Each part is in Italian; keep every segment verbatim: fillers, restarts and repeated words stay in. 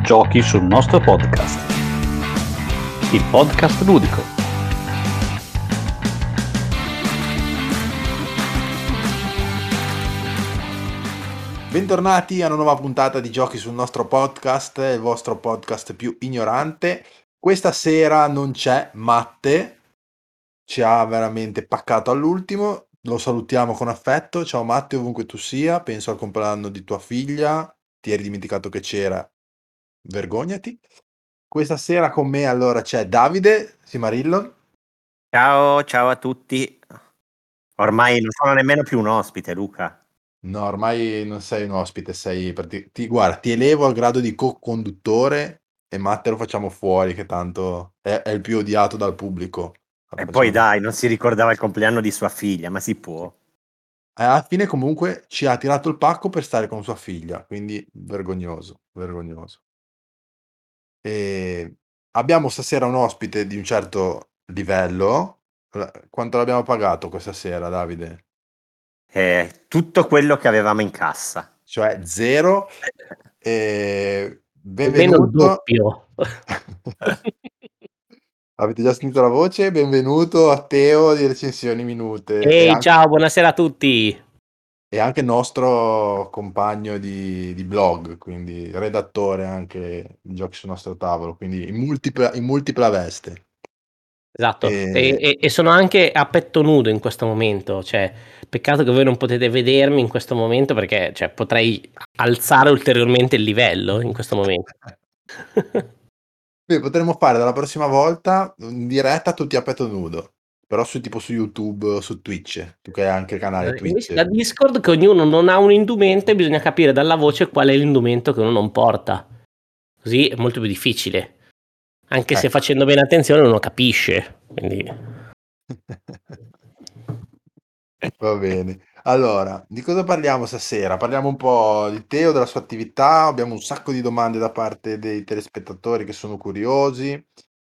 Giochi sul nostro podcast, il podcast ludico. Bentornati a una nuova puntata di Giochi sul nostro podcast, il vostro podcast più ignorante. Questa sera non c'è Matte, ci ha veramente paccato all'ultimo, lo salutiamo con affetto. Ciao Matte, ovunque tu sia, penso al compleanno di tua figlia, ti eri dimenticato che c'era, vergognati. Questa sera con me allora c'è Davide Simarillon. Ciao, ciao a tutti. Ormai non sono nemmeno più un ospite, Luca. No, ormai non sei un ospite, sei prati- ti, guarda, ti elevo al grado di co-conduttore e Matte lo facciamo fuori, che tanto è, è il più odiato dal pubblico. Allora E facciamo- poi dai, non si ricordava il compleanno di sua figlia, ma si può. Eh, alla fine comunque ci ha tirato il pacco per stare con sua figlia, quindi vergognoso, vergognoso. E abbiamo stasera un ospite di un certo livello. Quanto l'abbiamo pagato questa sera, Davide? Eh, tutto quello che avevamo in cassa. Cioè zero. E Almeno il benvenuto. doppio. Avete già sentito la voce? Benvenuto a Teo di Recensioni Minute. E Ehi, anche, ciao, buonasera a tutti. e anche nostro compagno di, di blog, quindi redattore anche di Giochi sul nostro tavolo, quindi in multipla, in multipla veste. Esatto, E- e, e- e sono anche a petto nudo in questo momento, cioè, peccato che voi non potete vedermi in questo momento perché cioè, potrei alzare ulteriormente il livello in questo momento. Beh, potremmo fare dalla prossima volta in diretta tutti a petto nudo, però su tipo su YouTube o su Twitch, tu che hai anche il canale Twitch. Invece da Discord che ognuno non ha un indumento e bisogna capire dalla voce qual è l'indumento che uno non porta. Così è molto più difficile. Anche se Ecco. facendo bene attenzione uno capisce. Quindi... Va bene. Allora, di cosa parliamo stasera? Parliamo un po' di Teo, della sua attività, abbiamo un sacco di domande da parte dei telespettatori che sono curiosi,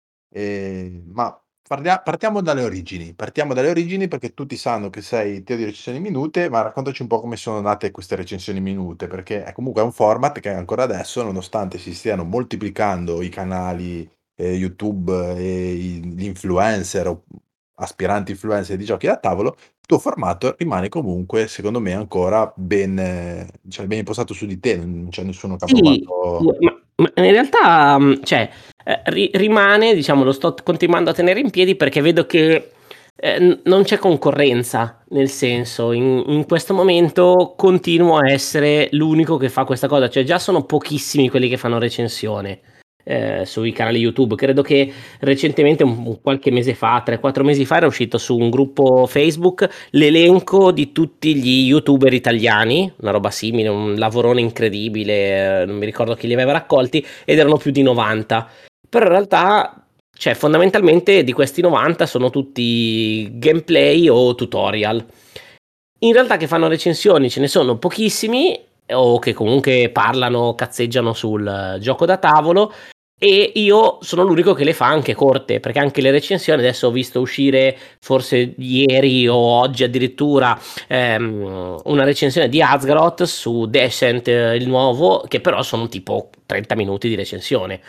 e- ma parlia- partiamo dalle origini. Partiamo dalle origini perché tutti sanno che sei Teo di Recensioni Minute, ma raccontaci un po' come sono nate queste recensioni minute, perché è comunque un format che ancora adesso, nonostante si stiano moltiplicando i canali eh, YouTube e i- gli influencer o aspiranti influencer di giochi da tavolo, il tuo formato rimane comunque, secondo me, ancora ben, eh, cioè, ben impostato su di te, non c'è nessuno che ha Sì, provato. ma, ma in realtà, mh, cioè, eh, ri- rimane, diciamo, lo sto continuando a tenere in piedi perché vedo che eh, n- non c'è concorrenza, nel senso, in, in questo momento continuo a essere l'unico che fa questa cosa, cioè già sono pochissimi quelli che fanno recensione eh, sui canali YouTube. Credo che recentemente, un, un qualche mese fa, tre quattro mesi fa, era uscito su un gruppo Facebook l'elenco di tutti gli YouTuber italiani, una roba simile, un lavorone incredibile, eh, non mi ricordo chi li aveva raccolti, ed erano più di novanta. Però in realtà, cioè, fondamentalmente di questi novanta sono tutti gameplay o tutorial. In realtà che fanno recensioni ce ne sono pochissimi, o che comunque parlano, cazzeggiano sul eh, gioco da tavolo, e io sono l'unico che le fa anche corte, perché anche le recensioni adesso ho visto uscire, forse ieri o oggi addirittura, ehm, una recensione di Asgaroth su Descent, eh, il nuovo, che però sono tipo trenta minuti di recensione.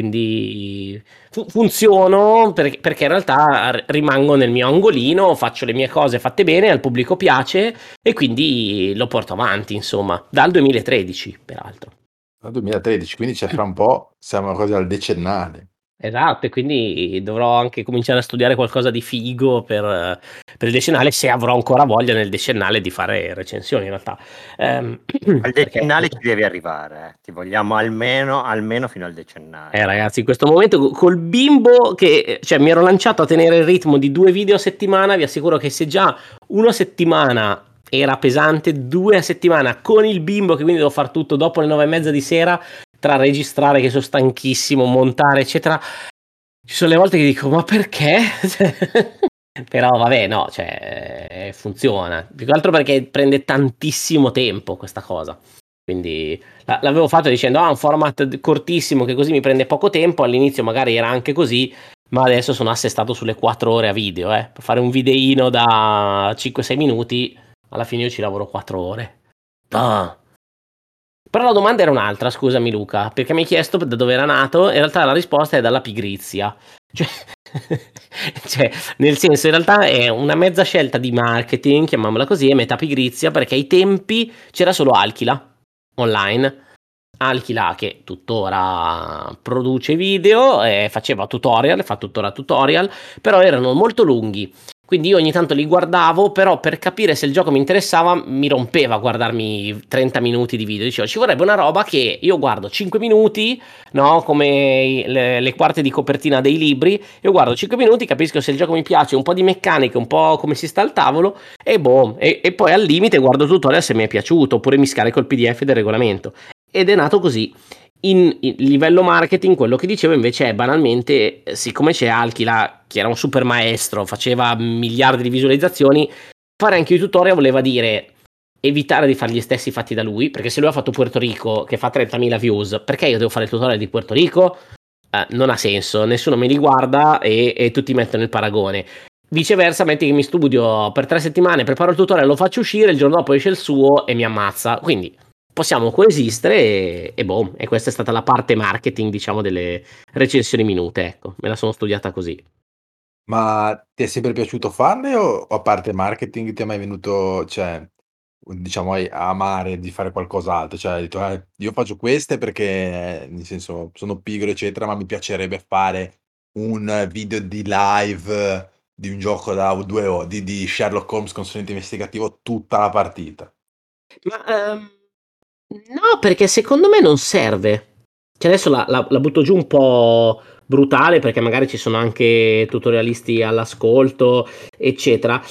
Quindi fu- funziono per- perché in realtà r- rimango nel mio angolino, faccio le mie cose fatte bene, al pubblico piace e quindi lo porto avanti, insomma, dal duemilatredici, peraltro. Dal duemilatredici, quindi c'è fra un po', siamo quasi al decennale. Esatto, e quindi dovrò anche cominciare a studiare qualcosa di figo per, eh, per il decennale, se avrò ancora voglia nel decennale di fare recensioni in realtà. Ehm, Al perché- decennale ci devi arrivare, eh. Ti vogliamo almeno, almeno fino al decennale. Eh ragazzi, in questo momento col bimbo che, cioè, mi ero lanciato a tenere il ritmo di due video a settimana, vi assicuro che se già una settimana era pesante, due a settimana con il bimbo, che quindi devo fare tutto dopo le nove e mezza di sera, tra registrare che sono stanchissimo, montare eccetera, ci sono le volte che dico ma perché? Però vabbè, no, cioè eh, funziona, più che altro perché prende tantissimo tempo questa cosa, quindi la- l'avevo fatto dicendo ah, un format d- cortissimo che così mi prende poco tempo, all'inizio magari era anche così, ma adesso sono assestato sulle quattro ore a video, eh. Per fare un videino da cinque sei minuti, alla fine io ci lavoro quattro ore. Ah. Però la domanda era un'altra, scusami Luca, perché mi hai chiesto da dove era nato, in realtà la risposta è dalla pigrizia. Cioè, cioè, nel senso, in realtà è una mezza scelta di marketing, chiamiamola così, e metà pigrizia, perché ai tempi c'era solo Alchila online. Alchila che tuttora produce video, eh, faceva tutorial, fa tuttora tutorial, però erano molto lunghi. Quindi io ogni tanto li guardavo, però per capire se il gioco mi interessava mi rompeva guardarmi trenta minuti di video. Dicevo, ci vorrebbe una roba che io guardo cinque minuti, no? Come le, le quarte di copertina dei libri. Io guardo cinque minuti, capisco se il gioco mi piace, un po' di meccanica, un po' come si sta al tavolo, e boh. E, e poi al limite guardo il tutorial se mi è piaciuto, oppure mi scarico il P D F del regolamento. Ed è nato così. In, in livello marketing, quello che dicevo invece è banalmente, siccome c'è Alchila che era un super maestro, faceva miliardi di visualizzazioni, fare anche i tutorial voleva dire evitare di fare gli stessi fatti da lui, perché se lui ha fatto Puerto Rico che fa trentamila views, perché io devo fare il tutorial di Puerto Rico? Eh, non ha senso, nessuno me li guarda e, e tutti mettono il paragone. Viceversa, metti che mi studio per tre settimane, preparo il tutorial, lo faccio uscire, il giorno dopo esce il suo e mi ammazza. Quindi possiamo coesistere e, e boh, e questa è stata la parte marketing, diciamo, delle recensioni minute, ecco, me la sono studiata così. Ma ti è sempre piaciuto farle o, o a parte marketing ti è mai venuto, cioè, diciamo, a a amare di fare qualcos'altro? Cioè, hai detto, "Eh, io faccio queste perché, nel senso, sono pigro, eccetera, ma mi piacerebbe fare un video di live di un gioco da due ore, di, di Sherlock Holmes consulente investigativo, tutta la partita." Ma ehm, no, perché secondo me non serve. Cioè adesso la, la- la butto giù un po' brutale perché magari ci sono anche tutorialisti all'ascolto, eccetera.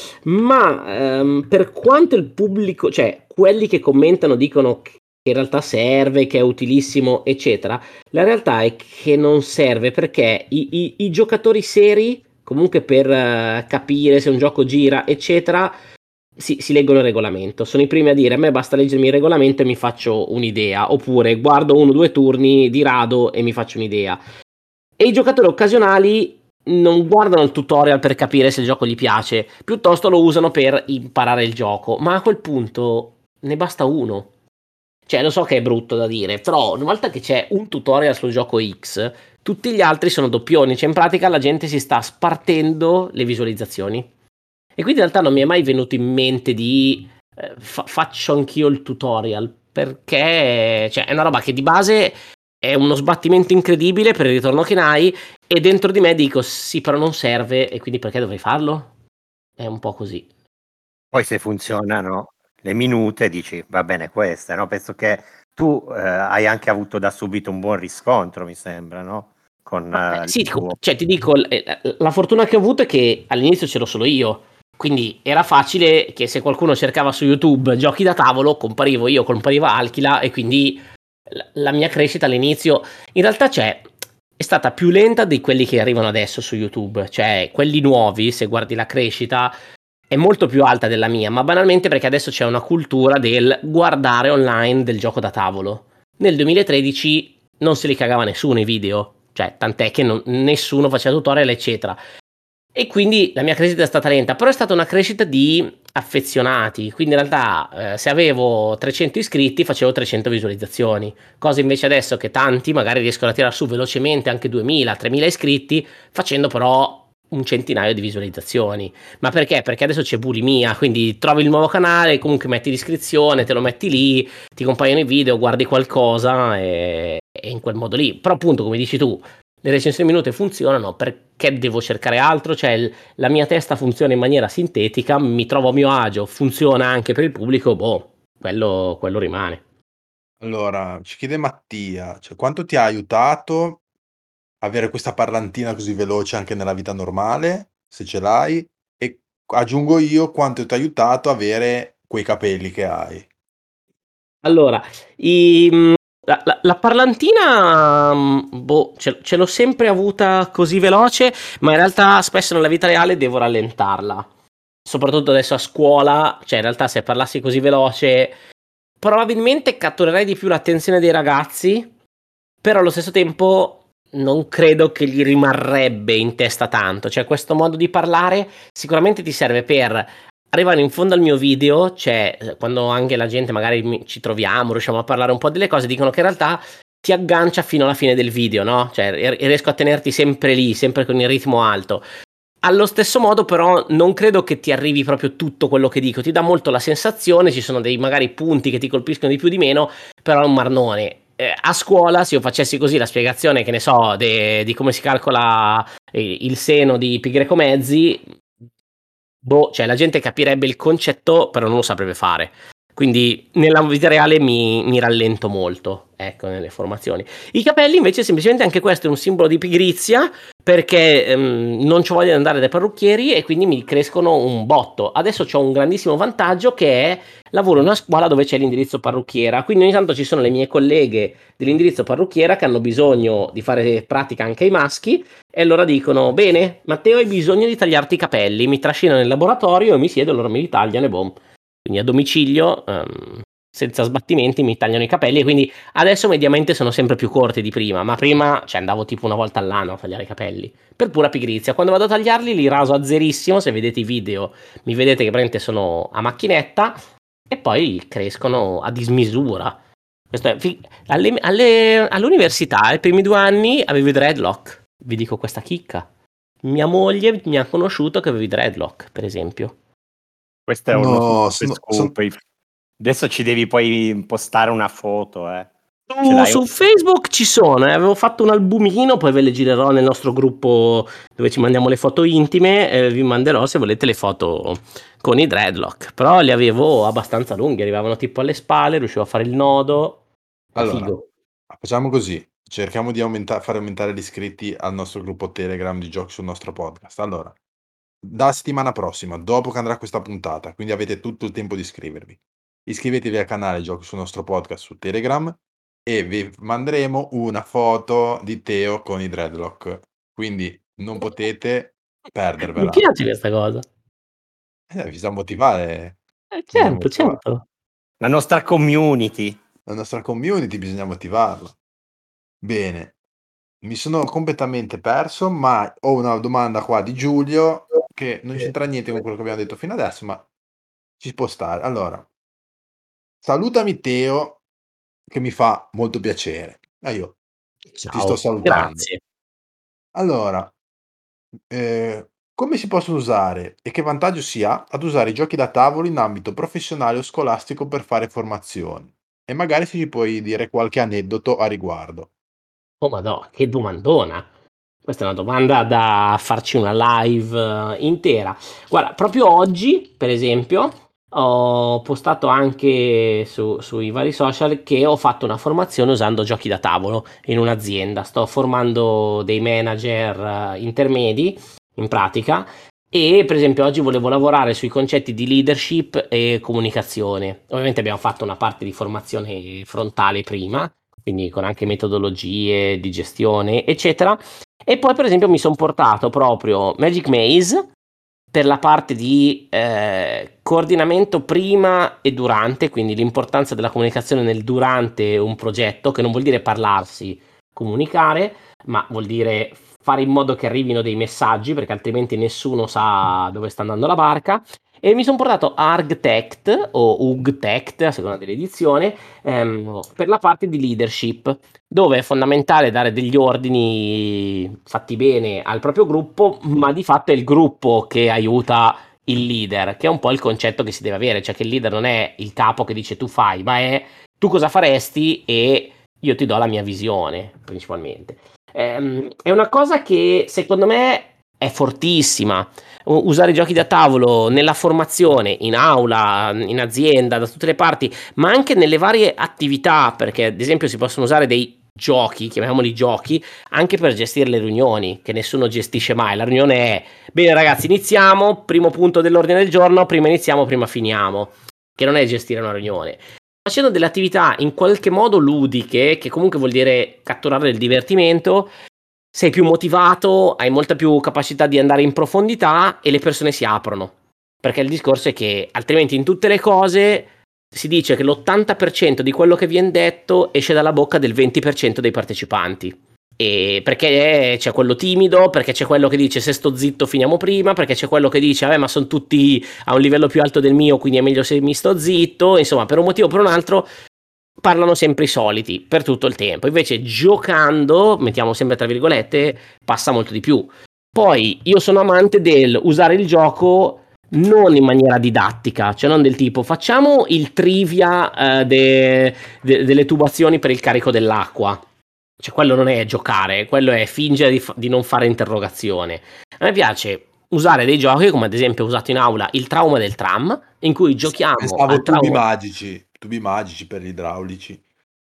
Ma ehm, per quanto il pubblico, cioè quelli che commentano dicono che in realtà serve, che è utilissimo, eccetera, la realtà è che non serve perché i, i- i giocatori seri, comunque per eh, capire se un gioco gira, eccetera, si, si leggono il regolamento. Sono i primi a dire: a me basta leggermi il regolamento e mi faccio un'idea. Oppure guardo uno o due turni di rado e mi faccio un'idea. E i giocatori occasionali non guardano il tutorial per capire se il gioco gli piace, piuttosto lo usano per imparare il gioco. Ma a quel punto ne basta uno. Cioè, lo so che è brutto da dire, però una volta che c'è un tutorial sul gioco X, tutti gli altri sono doppioni. Cioè, in pratica la gente si sta spartendo le visualizzazioni. E quindi in realtà non mi è mai venuto in mente di eh, fa- faccio anch'io il tutorial, perché cioè, è una roba che di base è uno sbattimento incredibile per il ritorno che ne hai, e dentro di me dico sì, però non serve, e quindi perché dovrei farlo? È un po' così. Poi se funzionano le minute dici va bene queste, no? Penso che tu eh, hai anche avuto da subito un buon riscontro, mi sembra, no? Con Ma, eh, eh, il sì, dico, tuo. cioè ti dico, eh, la fortuna che ho avuto è che all'inizio c'ero solo io, quindi era facile che se qualcuno cercava su YouTube giochi da tavolo, comparivo io, compariva Alchila, e quindi la, la mia crescita all'inizio in realtà c'è, è stata più lenta di quelli che arrivano adesso su YouTube, cioè quelli nuovi, se guardi la crescita, è molto più alta della mia, ma banalmente perché adesso c'è una cultura del guardare online del gioco da tavolo. Nel duemilatredici non se li cagava nessuno i video, cioè tant'è che non- nessuno faceva tutorial, eccetera. E quindi la mia crescita è stata lenta, però è stata una crescita di affezionati, quindi in realtà eh, se avevo trecento iscritti facevo trecento visualizzazioni, cosa invece adesso che tanti magari riescono a tirare su velocemente anche duemila, tremila iscritti, facendo però un centinaio di visualizzazioni. Ma perché? Perché adesso c'è bulimia, quindi trovi il nuovo canale, comunque metti l'iscrizione, te lo metti lì, ti compaiono i video, guardi qualcosa e, e in quel modo lì. Però appunto, come dici tu, le recensioni minute funzionano perché devo cercare altro, cioè il- la mia testa funziona in maniera sintetica, mi trovo a mio agio, funziona anche per il pubblico, boh, quello, quello rimane. Allora, ci chiede Mattia, cioè, quanto ti ha aiutato avere questa parlantina così veloce anche nella vita normale, se ce l'hai, e aggiungo io quanto ti ha aiutato avere quei capelli che hai. Allora, i- mh, la, la- la parlantina, mh, boh, ce, ce l'ho sempre avuta così veloce, ma in realtà spesso nella vita reale devo rallentarla. Soprattutto adesso a scuola, cioè in realtà se parlassi così veloce, probabilmente catturerei di più l'attenzione dei ragazzi, però allo stesso tempo non credo che gli rimarrebbe in testa tanto. Cioè questo modo di parlare sicuramente ti serve per arrivare in fondo al mio video, cioè quando anche la gente magari mi- ci troviamo, riusciamo a parlare un po' delle cose, dicono che in realtà ti aggancia fino alla fine del video, no? Cioè r- riesco a tenerti sempre lì, sempre con il ritmo alto. Allo stesso modo, però, non credo che ti arrivi proprio tutto quello che dico. Ti dà molto la sensazione, ci sono dei magari punti che ti colpiscono di più o di meno, però è un marnone. Eh, a scuola, se io facessi così la spiegazione, che ne so, de- di come si calcola eh, il seno di pi greco mezzi, boh, cioè la gente capirebbe il concetto, però non lo saprebbe fare. Quindi nella vita reale mi, mi rallento molto, ecco, nelle formazioni. I capelli invece semplicemente anche questo è un simbolo di pigrizia, perché ehm, non ci voglio andare dai parrucchieri e quindi mi crescono un botto. Adesso ho un grandissimo vantaggio che è lavoro in una scuola dove c'è l'indirizzo parrucchiera, quindi ogni tanto ci sono le mie colleghe dell'indirizzo parrucchiera che hanno bisogno di fare pratica anche ai maschi e allora dicono: bene, Matteo, hai bisogno di tagliarti i capelli, mi trascinano nel laboratorio e mi siedo, allora mi li tagliano e boom. Quindi a domicilio, ehm, senza sbattimenti, mi tagliano i capelli e quindi adesso mediamente sono sempre più corti di prima, ma prima cioè, andavo tipo una volta all'anno a tagliare i capelli, per pura pigrizia. Quando vado a tagliarli li raso a zerissimo, se vedete i video mi vedete che praticamente sono a macchinetta e poi crescono a dismisura. Questo è, fi- alle- alle- all'università, ai primi due anni, avevo i dreadlock, vi dico questa chicca. Mia moglie mi ha conosciuto che avevo i dreadlock, per esempio. Questo è uno No, super sono, sono- scoop. Adesso ci devi poi postare una foto, eh. Ce Su, l'hai? su Facebook ci sono, eh, avevo fatto un albumino, poi ve le girerò nel nostro gruppo dove ci mandiamo le foto intime, eh, vi manderò se volete le foto con i dreadlock, però li avevo abbastanza lunghi, arrivavano tipo alle spalle, riuscivo a fare il nodo, è Allora, figo. facciamo così. Cerchiamo di aumenta- fare aumentare gli iscritti al nostro gruppo Telegram di Giochi sul nostro podcast. Allora, da settimana prossima, dopo che andrà questa puntata, quindi avete tutto il tempo di iscrivervi. Iscrivetevi al canale Giochi sul nostro podcast su Telegram e vi manderemo una foto di Teo con i dreadlock. Quindi non potete Mi perdervela. piace questa cosa. Eh, bisogna motivare, Eh, bisogna certo, motivare. certo. La nostra community. La nostra community bisogna motivarla. Bene, mi sono completamente perso, ma ho una domanda qua di Giulio che non c'entra niente con quello che abbiamo detto fino adesso, ma ci può stare. Allora, salutami Teo, che mi fa molto piacere. E io ti sto Ciao, salutando. grazie. Allora, eh, come si possono usare e che vantaggio si ha ad usare i giochi da tavolo in ambito professionale o scolastico per fare formazioni? E magari se ci puoi dire qualche aneddoto a riguardo. Oh madò, che domandona. Questa è una domanda da farci una live eh, intera. Guarda, proprio oggi, per esempio, ho postato anche su- sui vari social che ho fatto una formazione usando giochi da tavolo in un'azienda. Sto formando dei manager eh, intermedi in pratica e per esempio oggi volevo lavorare sui concetti di leadership e comunicazione. Ovviamente abbiamo fatto una parte di formazione frontale prima, quindi con anche metodologie di gestione, eccetera. E poi, per esempio, mi sono portato proprio Magic Maze per la parte di eh, coordinamento prima e durante, quindi l'importanza della comunicazione nel durante un progetto, che non vuol dire parlarsi, comunicare, ma vuol dire fare in modo che arrivino dei messaggi, perché altrimenti nessuno sa dove sta andando la barca. E mi sono portato ArgTect o UgTect, a seconda dell'edizione, ehm, per la parte di leadership, dove è fondamentale dare degli ordini fatti bene al proprio gruppo, ma di fatto è il gruppo che aiuta il leader, che è un po' il concetto che si deve avere, cioè che il leader non è il capo che dice tu fai, ma è tu cosa faresti e io ti do la mia visione, principalmente. Ehm, è una cosa che secondo me è fortissima. U- Usare i giochi da tavolo nella formazione, in aula, in azienda, da tutte le parti, ma anche nelle varie attività, perché ad esempio si possono usare dei giochi, chiamiamoli giochi, anche per gestire le riunioni, che nessuno gestisce mai. La riunione è, bene ragazzi, iniziamo, primo punto dell'ordine del giorno, prima iniziamo, prima finiamo, che non è gestire una riunione. Facendo delle attività in qualche modo ludiche, che comunque vuol dire catturare il divertimento, sei più motivato, hai molta più capacità di andare in profondità e le persone si aprono. Perché il discorso è che altrimenti in tutte le cose si dice che l'ottanta per cento di quello che viene detto esce dalla bocca del venti per cento dei partecipanti. E perché c'è quello timido, perché c'è quello che dice se sto zitto finiamo prima, perché c'è quello che dice vabbè ma sono tutti a un livello più alto del mio quindi è meglio se mi sto zitto, insomma per un motivo o per un altro parlano sempre i soliti per tutto il tempo, invece giocando, mettiamo sempre tra virgolette, passa molto di più. Poi io sono amante del usare il gioco non in maniera didattica, cioè non del tipo facciamo il trivia eh, de, de, delle tubazioni per il carico dell'acqua. Cioè quello non è giocare, quello è fingere di, fa- di non fare interrogazione. A me piace usare dei giochi come ad esempio ho usato in aula il trauma del tram, in cui giochiamo Pensavo al tubi trauma. magici, tubi magici per gli idraulici.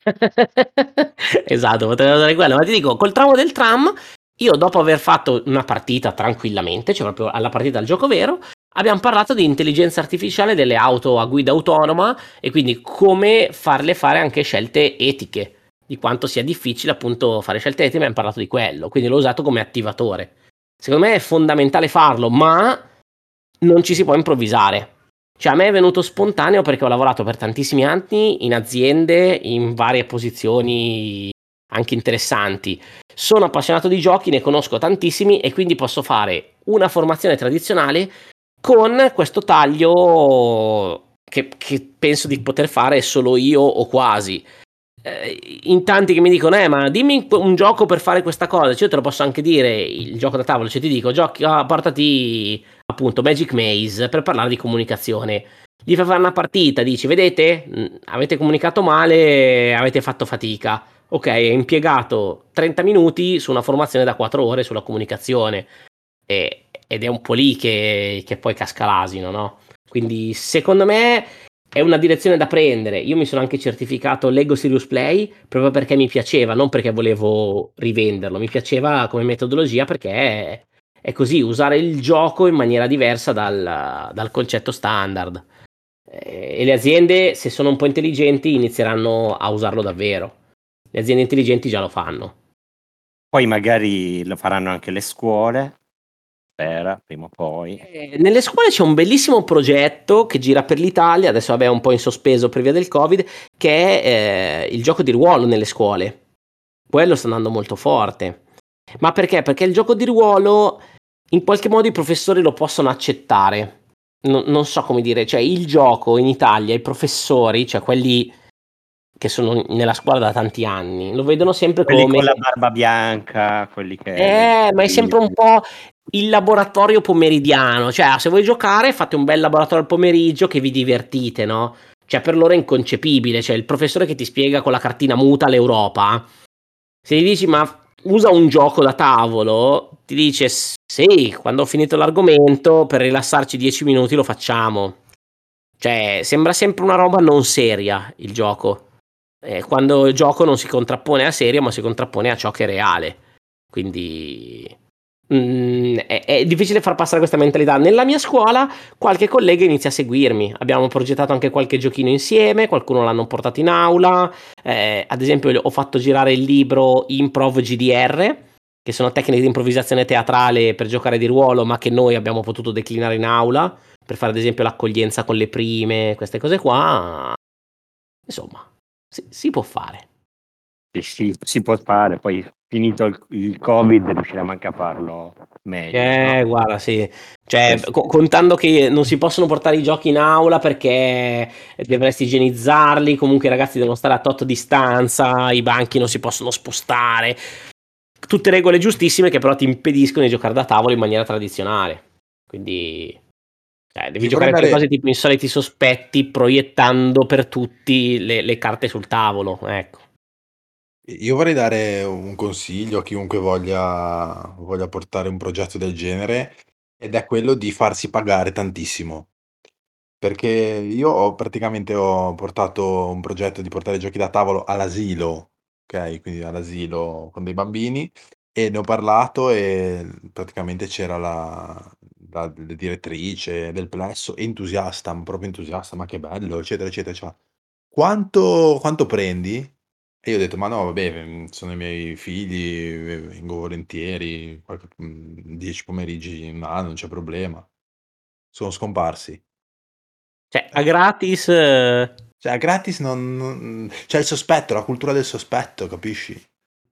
Esatto, potrei usare quello, ma ti dico, col trauma del tram, io dopo aver fatto una partita tranquillamente, cioè proprio alla partita al gioco vero, abbiamo parlato di intelligenza artificiale delle auto a guida autonoma e quindi come farle fare anche scelte etiche, di quanto sia difficile appunto fare scelte etiche, abbiamo parlato di quello, quindi l'ho usato come attivatore. Secondo me è fondamentale farlo, ma non ci si può improvvisare. Cioè a me è venuto spontaneo perché ho lavorato per tantissimi anni in aziende, in varie posizioni anche interessanti. Sono appassionato di giochi, ne conosco tantissimi e quindi posso fare una formazione tradizionale con questo taglio che, che penso di poter fare solo io o quasi. Eh, in tanti che mi dicono eh ma dimmi un gioco per fare questa cosa, cioè io te lo posso anche dire il gioco da tavolo, cioè ti dico giochi, ah, portati appunto Magic Maze per parlare di comunicazione, gli fai fare una partita, dici vedete mm, avete comunicato male, avete fatto fatica, ok, hai impiegato trenta minuti su una formazione da quattro ore sulla comunicazione e, ed è un po' lì che, che poi casca l'asino, no? Quindi secondo me è una direzione da prendere. Io mi sono anche certificato Lego Serious Play proprio perché mi piaceva, non perché volevo rivenderlo, mi piaceva come metodologia perché è, è così, usare il gioco in maniera diversa dal, dal concetto standard. Eh, E le aziende, se sono un po' intelligenti, inizieranno a usarlo davvero. Le aziende intelligenti già lo fanno. Poi magari lo faranno anche le scuole, spera, prima o poi. Eh, Nelle scuole c'è un bellissimo progetto che gira per l'Italia, adesso vabbè è un po' in sospeso per via del Covid, che è eh, il gioco di ruolo nelle scuole. Quello sta andando molto forte. Ma perché? Perché il gioco di ruolo in qualche modo i professori lo possono accettare. Non, non so come dire, cioè il gioco in Italia, i professori, cioè quelli che sono nella scuola da tanti anni, lo vedono sempre Quelli come... con la barba bianca, quelli che... Eh, ma è sempre un po' il laboratorio pomeridiano, cioè se vuoi giocare fate un bel laboratorio al pomeriggio che vi divertite, no? Cioè per loro è inconcepibile, cioè il professore che ti spiega con la cartina muta l'Europa, se gli dici ma usa un gioco da tavolo, ti dice sì, quando ho finito l'argomento per rilassarci dieci minuti lo facciamo. Cioè sembra sempre una roba non seria il gioco. Eh, quando il gioco non si contrappone a serio ma si contrappone a ciò che è reale. Quindi mm, è, è difficile far passare questa mentalità. Nella mia scuola qualche collega inizia a seguirmi. Abbiamo progettato anche qualche giochino insieme, qualcuno l'hanno portato in aula. Eh, ad esempio ho fatto girare il libro Improv G D R, che sono tecniche di improvvisazione teatrale per giocare di ruolo, ma che noi abbiamo potuto declinare in aula, per fare ad esempio l'accoglienza con le prime, queste cose qua. Insomma, si, si può fare. Sì, sì, si può fare, poi finito il, il Covid riusciremo anche a farlo meglio. Eh, no? guarda, sì. Cioè, Sì. co- contando che non si possono portare i giochi in aula perché dovresti igienizzarli, comunque i ragazzi devono stare a tot distanza, i banchi non si possono spostare. Tutte regole giustissime che però ti impediscono di giocare da tavolo in maniera tradizionale. Quindi, cioè, devi Io vorrei giocare quelle dare, cose tipo insoliti sospetti, proiettando per tutti le, le carte sul tavolo. Ecco. io vorrei dare un consiglio a chiunque voglia, voglia portare un progetto del genere, ed è quello di farsi pagare tantissimo. Perché io ho praticamente ho portato un progetto di portare giochi da tavolo all'asilo, ok? Quindi all'asilo con dei bambini, e ne ho parlato e praticamente c'era la, la direttrice del plesso, entusiasta, proprio entusiasta, ma che bello, eccetera, eccetera. Cioè, quanto, quanto prendi? E io ho detto, ma no, vabbè, mm, sono i miei figli, eh, vengo volentieri, qualche, mm, dieci pomeriggi in anno, non c'è problema. Sono scomparsi. Cioè, a gratis... eh, Cioè, a gratis non, non- c'è il sospetto, la cultura del sospetto, capisci?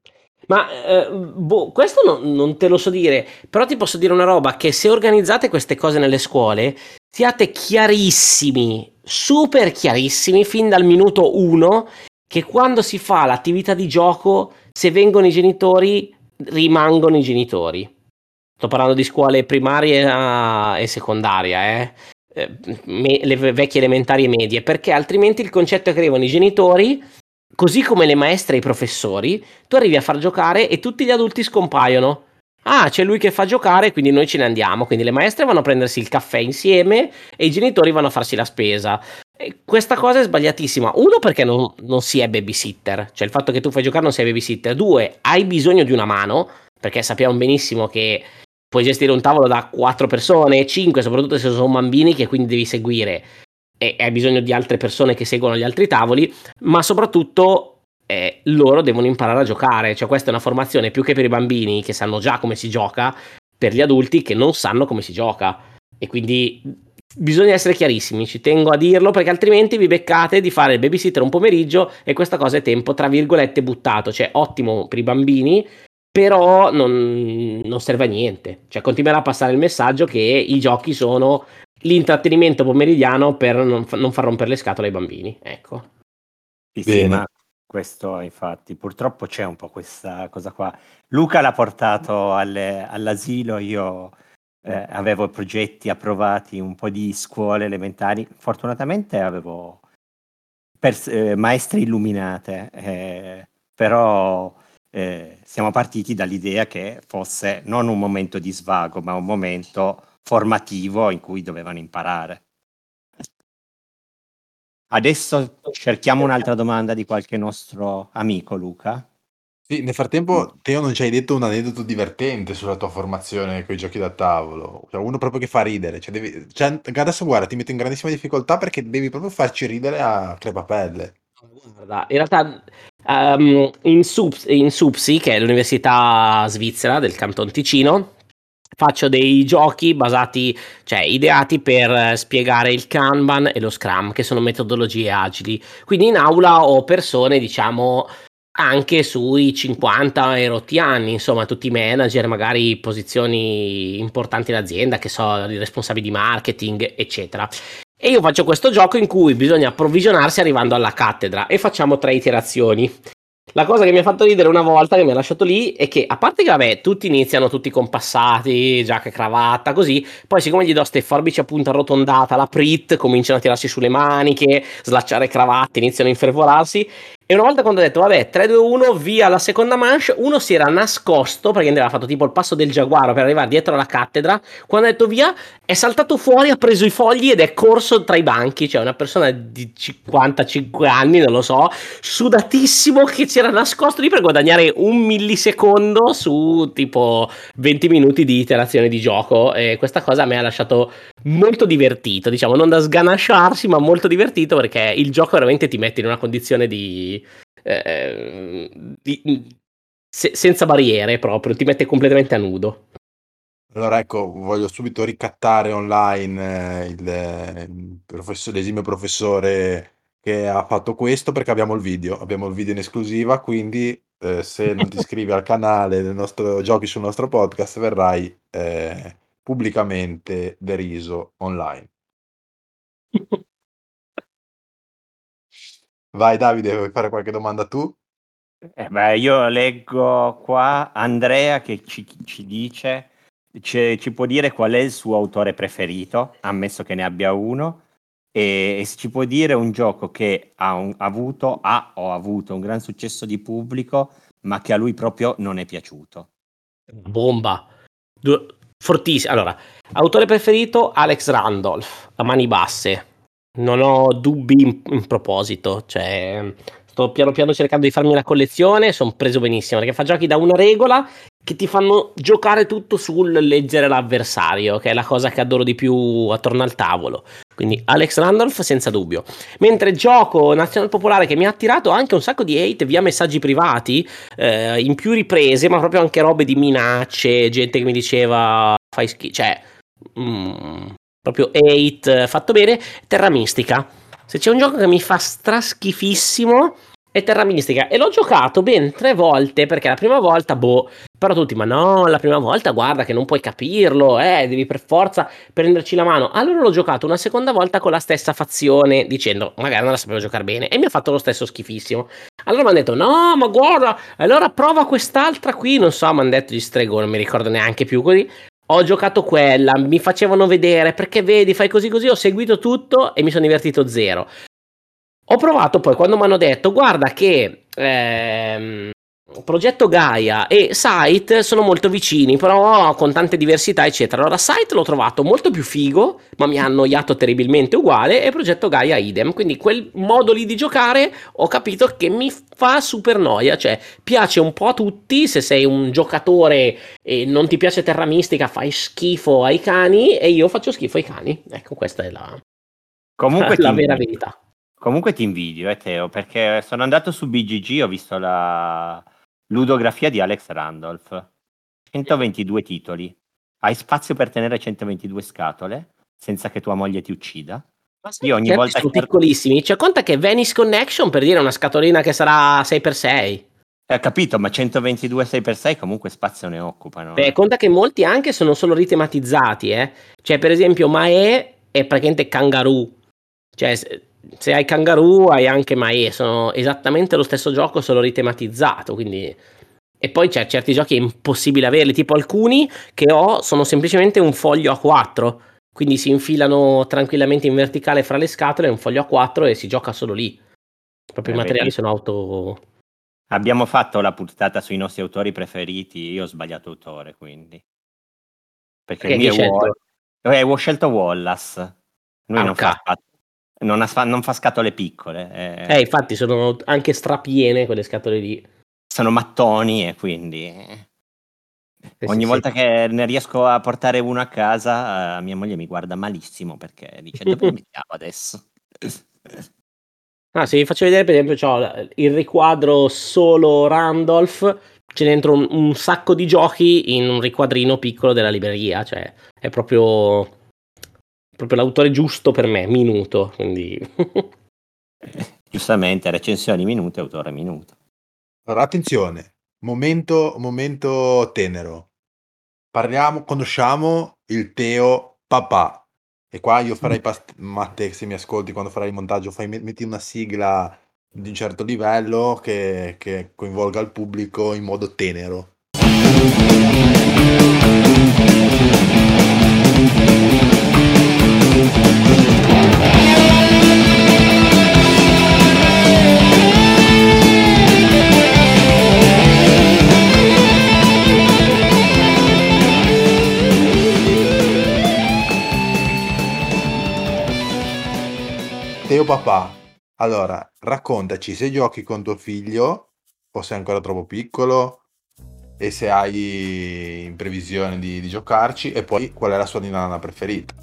Ma eh, boh, questo no- non te lo so dire, però ti posso dire una roba, che se organizzate queste cose nelle scuole, siate chiarissimi, super chiarissimi, fin dal minuto uno, che quando si fa l'attività di gioco, se vengono i genitori, rimangono i genitori. Sto parlando di scuole primarie ah, e secondaria, eh. Eh, me- le vecchie elementari e medie, perché altrimenti il concetto è che arrivano i genitori, così come le maestre e i professori, tu arrivi a far giocare e tutti gli adulti scompaiono. Ah, c'è lui che fa giocare, quindi noi ce ne andiamo. Quindi le maestre vanno a prendersi il caffè insieme e i genitori vanno a farsi la spesa. E questa cosa è sbagliatissima. Uno, perché non, non si è babysitter, cioè il fatto che tu fai giocare non sei babysitter. Due, hai bisogno di una mano, perché sappiamo benissimo che puoi gestire un tavolo da quattro persone, cinque, soprattutto se sono bambini che quindi devi seguire e hai bisogno di altre persone che seguono gli altri tavoli, ma soprattutto eh, loro devono imparare a giocare, cioè questa è una formazione più che per i bambini che sanno già come si gioca, per gli adulti che non sanno come si gioca e quindi bisogna essere chiarissimi, ci tengo a dirlo perché altrimenti vi beccate di fare il babysitter un pomeriggio e questa cosa è tempo tra virgolette buttato, cioè ottimo per i bambini però non, non serve a niente, cioè continuerà a passare il messaggio che i giochi sono l'intrattenimento pomeridiano per non, fa- non far rompere le scatole ai bambini, ecco. Sì, sì, Bene. ma questo infatti purtroppo c'è un po' questa cosa qua. Luca l'ha portato alle- all'asilo, io eh, avevo progetti approvati, un po' di scuole elementari, fortunatamente avevo pers- eh, maestre illuminate, eh, però eh, siamo partiti dall'idea che fosse non un momento di svago, ma un momento formativo in cui dovevano imparare. Adesso cerchiamo un'altra domanda di qualche nostro amico, Luca. Sì, nel frattempo, Teo, non ci hai detto un aneddoto divertente sulla tua formazione con i giochi da tavolo. Cioè, uno proprio che fa ridere. Cioè, devi... cioè, adesso guarda, ti metto in grandissima difficoltà perché devi proprio farci ridere a crepapelle. Guarda, in realtà ehm, in, Sup- in Supsi, che è l'università svizzera del Canton Ticino, faccio dei giochi basati, cioè ideati per eh, spiegare il Kanban e lo Scrum, che sono metodologie agili. Quindi in aula ho persone, diciamo, anche sui cinquanta e rotti anni, insomma, tutti manager, magari posizioni importanti in azienda, che so, i responsabili di marketing, eccetera. E io faccio questo gioco in cui bisogna approvvigionarsi arrivando alla cattedra e facciamo tre iterazioni. La cosa che mi ha fatto ridere una volta che mi ha lasciato lì è che, a parte che vabbè, tutti iniziano tutti compassati, giacca e cravatta, così, poi siccome gli do ste forbici a punta arrotondata, la Prit, cominciano a tirarsi sulle maniche, slacciare cravatte, iniziano a infervorarsi. E una volta quando ho detto, vabbè, tre, due, uno, via la seconda manche, uno si era nascosto, perché aveva fatto tipo il passo del giaguaro per arrivare dietro alla cattedra, quando ha detto via, è saltato fuori, ha preso i fogli ed è corso tra i banchi, cioè una persona di cinquantacinque anni, non lo so, sudatissimo, che si era nascosto lì per guadagnare un millisecondo su tipo venti minuti di iterazione di gioco e questa cosa mi ha lasciato molto divertito, diciamo, non da sganasciarsi, ma molto divertito perché il gioco veramente ti mette in una condizione di, eh, di se, senza barriere proprio, ti mette completamente a nudo. Allora, ecco, voglio subito ricattare online eh, il, eh, il professor- l'esimio professore che ha fatto questo perché abbiamo il video, abbiamo il video in esclusiva, quindi eh, se non ti iscrivi al canale del nostro Giochi sul nostro podcast verrai eh, pubblicamente deriso online. Vai Davide, vuoi fare qualche domanda tu? Eh, beh, io leggo qua Andrea che ci, ci dice, ci, ci può dire qual è il suo autore preferito, ammesso che ne abbia uno, e, e se ci può dire un gioco che ha, un- avuto, ha o ha avuto un gran successo di pubblico, ma che a lui proprio non è piaciuto. Bomba. Du- fortissimo. Allora, autore preferito Alex Randolph, a mani basse. Non ho dubbi in, in proposito, cioè sto piano piano cercando di farmi una collezione, sono preso benissimo perché fa giochi da una regola che ti fanno giocare tutto sul leggere l'avversario, che è la cosa che adoro di più attorno al tavolo. Quindi Alex Randolph senza dubbio. Mentre gioco nazional popolare che mi ha attirato anche un sacco di hate via messaggi privati, eh, in più riprese, ma proprio anche robe di minacce, gente che mi diceva fai schifo, cioè mm, proprio hate fatto bene. Terra Mistica. Se c'è un gioco che mi fa straschifissimo e Terra Mistica, e l'ho giocato ben tre volte, perché la prima volta, boh, però tutti, ma no, la prima volta guarda che non puoi capirlo, eh, devi per forza prenderci la mano. Allora l'ho giocato una seconda volta con la stessa fazione, dicendo, magari non la sapevo giocare bene, e mi ha fatto lo stesso schifissimo. Allora mi hanno detto, no, ma guarda, allora prova quest'altra qui, non so, mi hanno detto gli stregoni, non mi ricordo neanche più così. Ho giocato quella, mi facevano vedere, perché vedi, fai così così, ho seguito tutto e mi sono divertito zero. Ho provato poi quando mi hanno detto guarda che ehm, Progetto Gaia e Site sono molto vicini, però con tante diversità eccetera. Allora Site l'ho trovato molto più figo, ma mi ha annoiato terribilmente uguale, e Progetto Gaia idem. Quindi quel modo lì di giocare ho capito che mi fa super noia, cioè piace un po' a tutti. Se sei un giocatore e non ti piace Terra Mistica fai schifo ai cani, e io faccio schifo ai cani. Ecco, questa è la, Comunque la ti vera invidio. verità. Comunque ti invidio, eh, Teo, perché sono andato su B G G, ho visto la ludografia di Alex Randolph. centoventidue titoli. Hai spazio per tenere centoventidue scatole senza che tua moglie ti uccida? Ma sai Io che ogni certi volta sono che piccolissimi, cioè conta che Venice Connection, per dire, è una scatolina che sarà sei per sei. Ho capito, ma centoventidue sei per sei comunque spazio ne occupano. Beh, eh. conta che molti anche sono solo ritematizzati, eh. Cioè, per esempio, Mae è praticamente Kangaroo. Cioè, se, se hai Kangaroo hai anche Mae, sono esattamente lo stesso gioco, solo ritematizzato, quindi... E poi c'è certi giochi è impossibile averli, tipo alcuni che ho sono semplicemente un foglio A quattro, quindi si infilano tranquillamente in verticale fra le scatole, è un foglio A quattro e si gioca solo lì. Proprio Eh, i materiali vedi, sono auto... abbiamo fatto la puntata sui nostri autori preferiti, io ho sbagliato autore, quindi. Perché il Perché chi mio hai è Wall- scelto? eh, avevo scelto Wallace. Lui non fa, H. scat- non ha- non fa scatole piccole, Eh, eh, infatti sono anche strapiene quelle scatole lì. sono mattoni e quindi eh, Sì, sì, ogni sì. volta che ne riesco a portare uno a casa, eh, mia moglie mi guarda malissimo perché dice dove li mettiamo adesso? Ah, se vi faccio vedere, per esempio, c'ho il riquadro solo Randolph, c'è dentro un, un sacco di giochi in un riquadrino piccolo della libreria, cioè è proprio proprio l'autore giusto per me, minuto, quindi Giustamente, recensioni minuto, autore minuto. Allora, attenzione, momento, momento tenero. Parliamo, conosciamo il Teo papà. E qua io farei past- Matte, se mi ascolti quando farai il montaggio, fai, metti una sigla di un certo livello che, che coinvolga il pubblico in modo tenero. Teo papà, allora raccontaci se giochi con tuo figlio o sei ancora troppo piccolo e se hai in previsione di, di giocarci, e poi qual è la sua dinana preferita.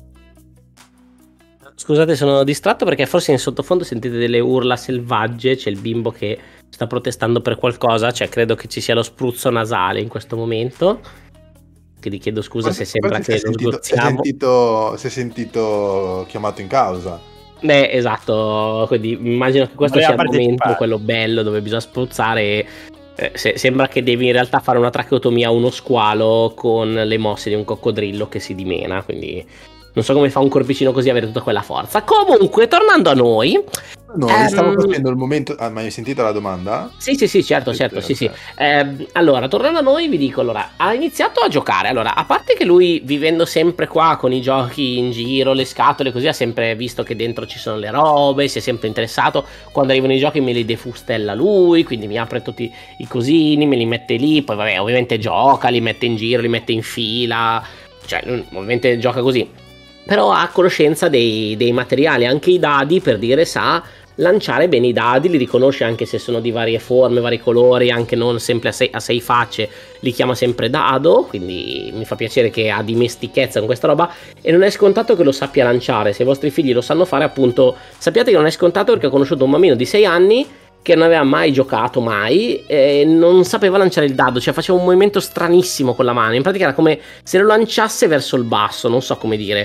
scusate, sono distratto perché forse in sottofondo sentite delle urla selvagge, c'è il bimbo che sta protestando per qualcosa, cioè credo che ci sia lo spruzzo nasale in questo momento. Che ti chiedo scusa se sembra Forse si è che lo sentito, si è sgozziamo. sentito, si è sentito chiamato in causa. Beh, esatto, quindi immagino che questo Voleva sia il momento, partecipare. quello bello, dove bisogna spruzzare. E, eh, se- sembra che devi in realtà fare una tracheotomia a uno squalo con le mosse di un coccodrillo che si dimena, quindi non so come fa un corpicino così avere tutta quella forza. Comunque, tornando a noi... No, ehm, stavo facendo il momento. Ah, ma hai sentito la domanda? Sì, sì, sì, certo, certo, sì, sì. Eh, allora, tornando a noi, vi dico, allora, ha iniziato a giocare. Allora, a parte che lui, vivendo sempre qua con i giochi in giro, le scatole, così, ha sempre visto che dentro ci sono le robe, si è sempre interessato. Quando arrivano i giochi me li defustella lui, quindi mi apre tutti i cosini, me li mette lì, poi vabbè, ovviamente gioca, li mette in giro, li mette in fila, cioè, ovviamente gioca così. Però ha conoscenza dei, dei materiali, anche i dadi, per dire, sa lanciare bene i dadi, li riconosce anche se sono di varie forme, vari colori, anche non sempre a sei, a sei facce, li chiama sempre dado, quindi mi fa piacere che ha dimestichezza con questa roba, e non è scontato che lo sappia lanciare. Se i vostri figli lo sanno fare, appunto, sappiate che non è scontato, perché ho conosciuto un bambino di sei anni che non aveva mai giocato, mai, e non sapeva lanciare il dado, cioè faceva un movimento stranissimo con la mano, in pratica era come se lo lanciasse verso il basso, non so come dire.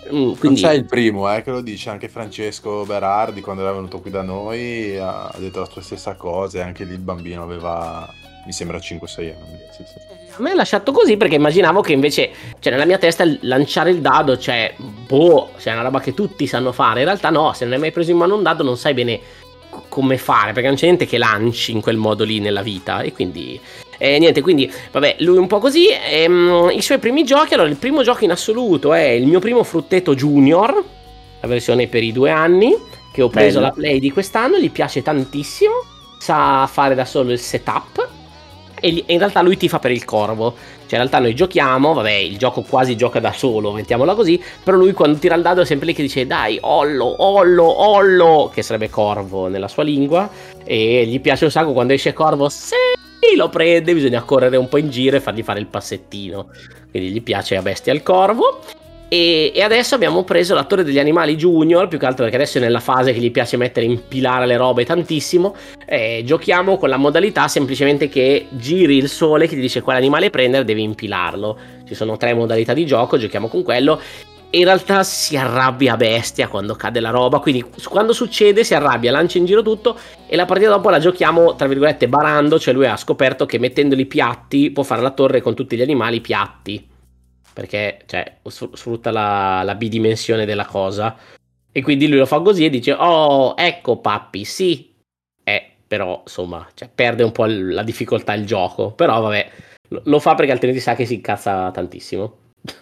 Mm, quindi... Non sei il primo, eh, che lo dice, anche Francesco Berardi quando era venuto qui da noi ha detto la sua stessa cosa, e anche lì il bambino aveva, mi sembra, cinque sei anni. Sì, sì. A me è lasciato così perché immaginavo che invece, cioè nella mia testa lanciare il dado, cioè, boh, cioè è una roba che tutti sanno fare. In realtà no, se non hai mai preso in mano un dado non sai bene c- come fare, perché non c'è niente che lanci in quel modo lì nella vita. E quindi, eh, niente, quindi, vabbè, lui un po' così. Ehm, i suoi primi giochi, allora il primo gioco in assoluto è il mio primo Frutteto Junior, la versione per i due anni, che ho preso Bello. la Play di quest'anno, gli piace tantissimo, sa fare da solo il setup. E gli- e in realtà lui tifa per il corvo. Cioè in realtà noi giochiamo, vabbè, il gioco quasi gioca da solo, mettiamola così. Però lui quando tira il dado è sempre lì che dice dai, ollo, ollo, ollo, che sarebbe corvo nella sua lingua. E gli piace un sacco quando esce corvo, sì, lo prende, bisogna correre un po' in giro e fargli fare il passettino. Quindi gli piace a bestia il corvo. E, e adesso abbiamo preso l'attore degli animali junior, più che altro perché adesso è nella fase che gli piace mettere, impilare le robe tantissimo. Eh, giochiamo con la modalità semplicemente che giri il sole che ti dice quale animale prendere, devi impilarlo. Ci sono tre modalità di gioco, giochiamo con quello. E in realtà si arrabbia a bestia quando cade la roba, quindi quando succede si arrabbia, lancia in giro tutto. E la partita dopo la giochiamo tra virgolette barando, cioè lui ha scoperto che mettendoli piatti può fare la torre con tutti gli animali piatti, perché cioè sfrutta la, la bidimensione della cosa. E quindi lui lo fa così e dice oh ecco pappi, sì, eh, però insomma cioè, perde un po' l- la difficoltà il gioco, però vabbè lo, lo fa perché altrimenti sa che si incazza tantissimo.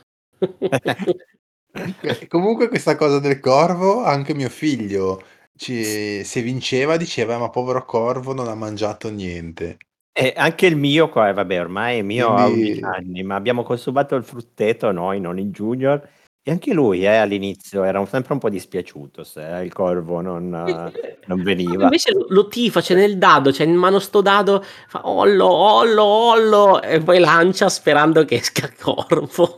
Eh, Comunque questa cosa del corvo, anche mio figlio, ci- se vinceva diceva ma povero corvo non ha mangiato niente. E anche il mio qua, vabbè, ormai il mio ha undici Quindi anni, ma abbiamo consumato il frutteto noi, non il junior. E anche lui, eh, all'inizio era un- sempre un po' dispiaciuto se il corvo non, eh, non veniva. Invece lo, lo tifa, c'è nel dado, c'è in mano sto dado, fa ollo, ollo, ollo, e poi lancia sperando che esca corvo.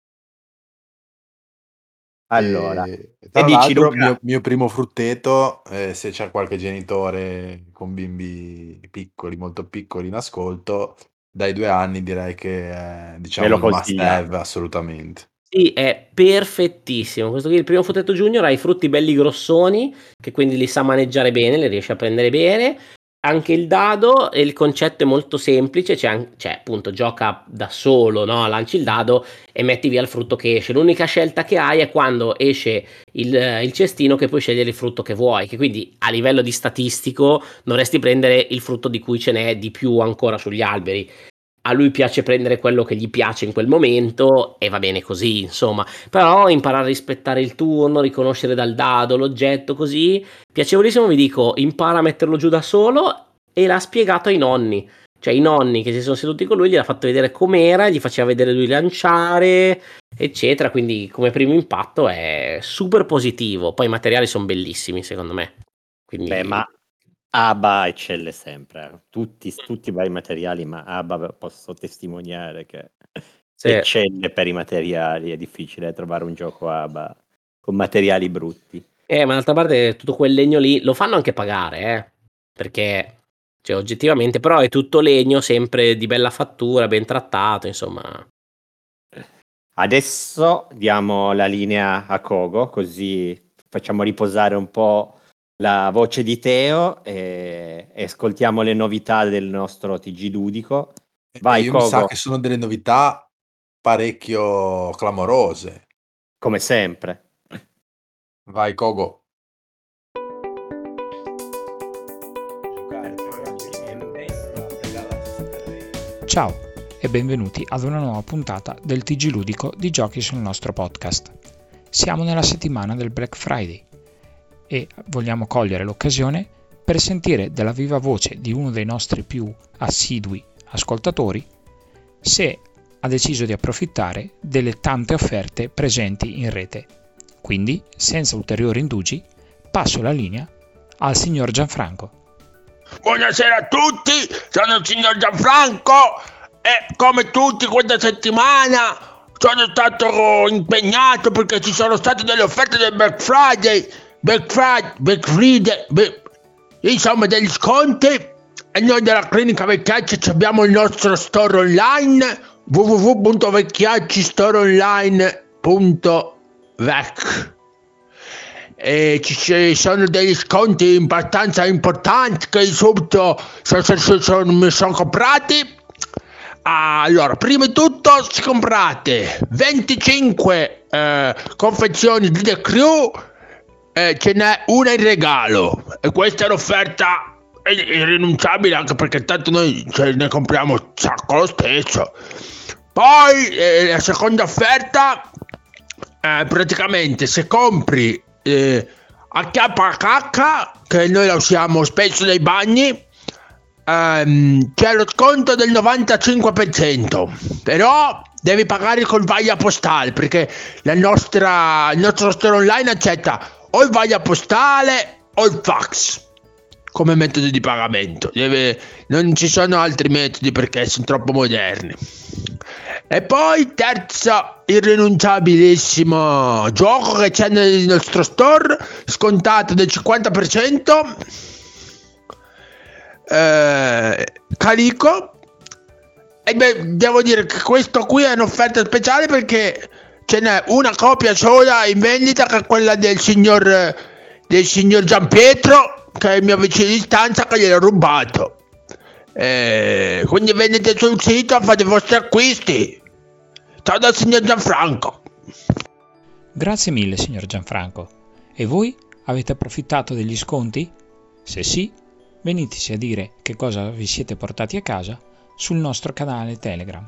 Allora, E, e tra dici l'altro, Luca, mio, mio primo frutteto, eh, se c'è qualche genitore con bimbi piccoli, molto piccoli in ascolto, dai due anni direi che è, me diciamo, lo il must consigliamo. have assolutamente. Sì, è perfettissimo. Questo qui, il primo Frutteto Junior, ha i frutti belli grossoni, che quindi li sa maneggiare bene, li riesce a prendere bene. Anche il dado, e il concetto è molto semplice, cioè, an- cioè, appunto gioca da solo, no? Lanci il dado e metti via il frutto che esce. L'unica scelta che hai è quando esce il, il cestino che puoi scegliere il frutto che vuoi, che quindi a livello di statistico dovresti prendere il frutto di cui ce n'è di più ancora sugli alberi. A lui piace prendere quello che gli piace in quel momento e va bene così, insomma. Però imparare a rispettare il turno, riconoscere dal dado l'oggetto, così piacevolissimo. Vi dico, impara a metterlo giù da solo, e l'ha spiegato ai nonni. Cioè i nonni che si sono seduti con lui gli ha fatto vedere com'era, gli faceva vedere lui lanciare, eccetera. Quindi come primo impatto è super positivo. Poi i materiali sono bellissimi, secondo me. Quindi Beh, ma Abba eccelle sempre, eh. tutti, tutti i vari materiali, ma Abba posso testimoniare che sì. eccelle per i materiali, è difficile trovare un gioco Abba con materiali brutti. Eh, ma d'altra parte tutto quel legno lì lo fanno anche pagare, eh. Perché, cioè, oggettivamente, però è tutto legno, sempre di bella fattura, ben trattato, insomma. Adesso diamo la linea a Kogo, così facciamo riposare un po' la voce di Teo e, e ascoltiamo le novità del nostro T G ludico. E Vai io mi sa Kogo, che sono delle novità parecchio clamorose. come sempre. Vai, Kogo. Ciao e benvenuti ad una nuova puntata del T G ludico di Giochi sul nostro podcast. Siamo nella settimana del Black Friday e vogliamo cogliere l'occasione per sentire dalla viva voce di uno dei nostri più assidui ascoltatori se ha deciso di approfittare delle tante offerte presenti in rete. Quindi, senza ulteriori indugi, passo la linea al signor Gianfranco. Buonasera a tutti, sono il signor Gianfranco e come tutti questa settimana sono stato impegnato perché ci sono state delle offerte del Black Friday, Black Friday, Black Friday, Black... insomma degli sconti, e noi della Clinica Vecchiacci abbiamo il nostro store online w w w punto vecchiacci store online punto vecchi. E ci sono degli sconti abbastanza importanti che subito sono, sono, sono, mi sono comprati. Allora, prima di tutto si comprate venticinque eh, confezioni di The Crew, eh, ce n'è una in regalo, e questa è un'offerta irrinunciabile, anche perché tanto noi ce ne compriamo un sacco lo stesso. Poi eh, la seconda offerta, eh, praticamente se compri eh, acchiappa cacca, che noi la usiamo spesso nei bagni, ehm, c'è lo sconto del novantacinque per cento, però devi pagare col vaglia postale, perché la nostra, il nostro store online accetta o il vaglia postale o il fax come metodo di pagamento. Deve, non ci sono altri metodi perché sono troppo moderni. E poi terzo irrinunciabilissimo gioco che c'è nel nostro store, scontato del cinquanta per cento, eh, Calico. E beh, devo dire che questo qui è un'offerta speciale perché ce n'è una copia sola in vendita, che è quella del signor del signor Gianpietro, che è il mio vicino di stanza, che gliel'ho rubato. Eh, quindi venite sul sito, fate i vostri acquisti. Ciao dal signor Gianfranco. Grazie mille, signor Gianfranco. E voi avete approfittato degli sconti? Se sì, veniteci a dire che cosa vi siete portati a casa sul nostro canale Telegram.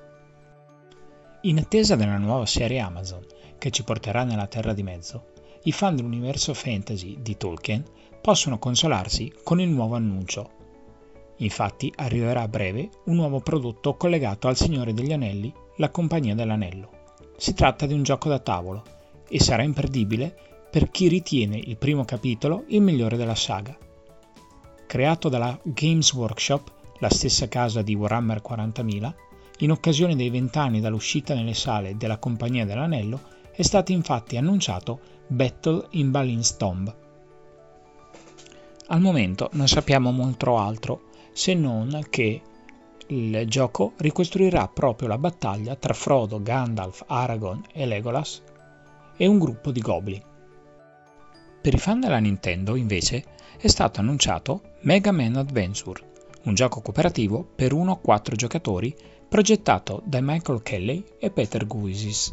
In attesa della nuova serie Amazon che ci porterà nella Terra di Mezzo, i fan dell'universo fantasy di Tolkien possono consolarsi con il nuovo annuncio. Infatti arriverà a breve un nuovo prodotto collegato al Signore degli Anelli, La Compagnia dell'Anello. Si tratta di un gioco da tavolo e sarà imperdibile per chi ritiene il primo capitolo il migliore della saga. Creato dalla Games Workshop, la stessa casa di Warhammer quarantamila, in occasione dei vent'anni dall'uscita nelle sale della Compagnia dell'Anello, è stato infatti annunciato Battle in Balin's Tomb. Al momento non sappiamo molto altro, se non che il gioco ricostruirà proprio la battaglia tra Frodo, Gandalf, Aragorn e Legolas e un gruppo di goblin. Per i fan della Nintendo, invece, è stato annunciato Mega Man Adventure, un gioco cooperativo per uno a quattro giocatori progettato da Michael Kelly e Peter Guisis.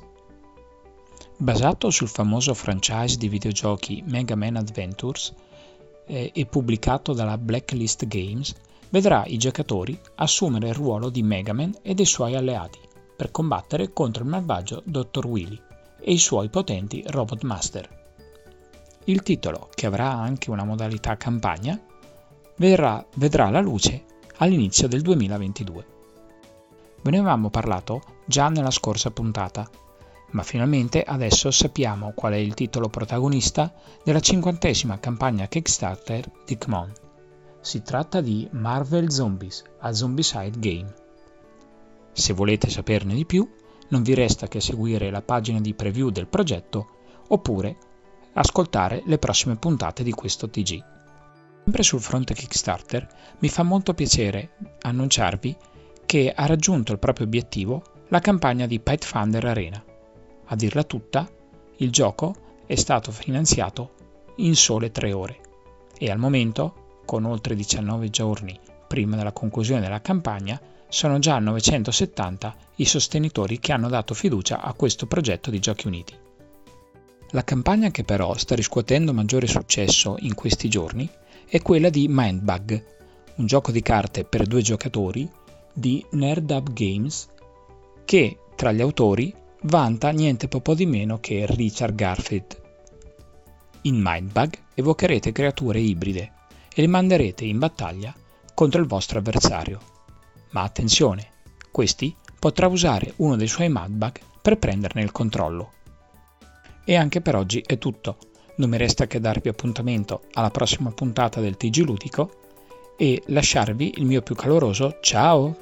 Basato sul famoso franchise di videogiochi Mega Man Adventures eh, e pubblicato dalla Blacklist Games, vedrà i giocatori assumere il ruolo di Mega Man e dei suoi alleati per combattere contro il malvagio dottor Wily e i suoi potenti Robot Master. Il titolo, che avrà anche una modalità campagna, verrà, vedrà la luce all'inizio del duemilaventidue. Ve ne avevamo parlato già nella scorsa puntata, ma finalmente adesso sappiamo qual è il titolo protagonista della cinquantesima campagna Kickstarter di C M O N. Si tratta di Marvel Zombies, a Zombicide Game. Se volete saperne di più, non vi resta che seguire la pagina di preview del progetto oppure ascoltare le prossime puntate di questo T G. Sempre sul fronte Kickstarter, mi fa molto piacere annunciarvi che ha raggiunto il proprio obiettivo la campagna di Pathfinder Arena. A dirla tutta, il gioco è stato finanziato in sole tre ore e al momento, con oltre diciannove giorni prima della conclusione della campagna, sono già novecentosettanta i sostenitori che hanno dato fiducia a questo progetto di Giochi Uniti. La campagna che però sta riscuotendo maggiore successo in questi giorni è quella di Mindbug, un gioco di carte per due giocatori di NerdHub Games che, tra gli autori, vanta niente po' di meno che Richard Garfield. In Mindbug evocherete creature ibride e le manderete in battaglia contro il vostro avversario. Ma attenzione, questi potrà usare uno dei suoi Mindbug per prenderne il controllo. E anche per oggi è tutto. Non mi resta che darvi appuntamento alla prossima puntata del T G Ludico e lasciarvi il mio più caloroso ciao!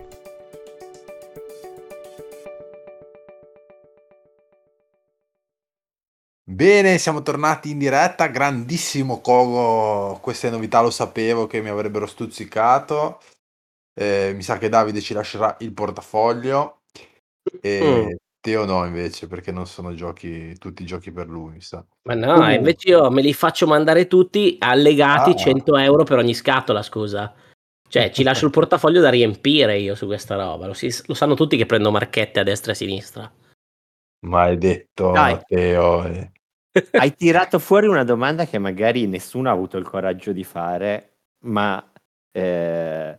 Bene, siamo tornati in diretta, grandissimo Kogo, queste novità lo sapevo che mi avrebbero stuzzicato, eh, mi sa che Davide ci lascerà il portafoglio, e Mm. Teo no invece, perché non sono giochi tutti giochi per lui, mi sa. Ma no, Comunque invece io me li faccio mandare tutti allegati Ah. cento euro per ogni scatola, scusa. Cioè, ci lascio il portafoglio da riempire io su questa roba. Lo, si- lo sanno tutti che prendo marchette a destra e a sinistra. Maledetto Dai. Teo. eh. Hai tirato fuori una domanda che magari nessuno ha avuto il coraggio di fare, ma eh,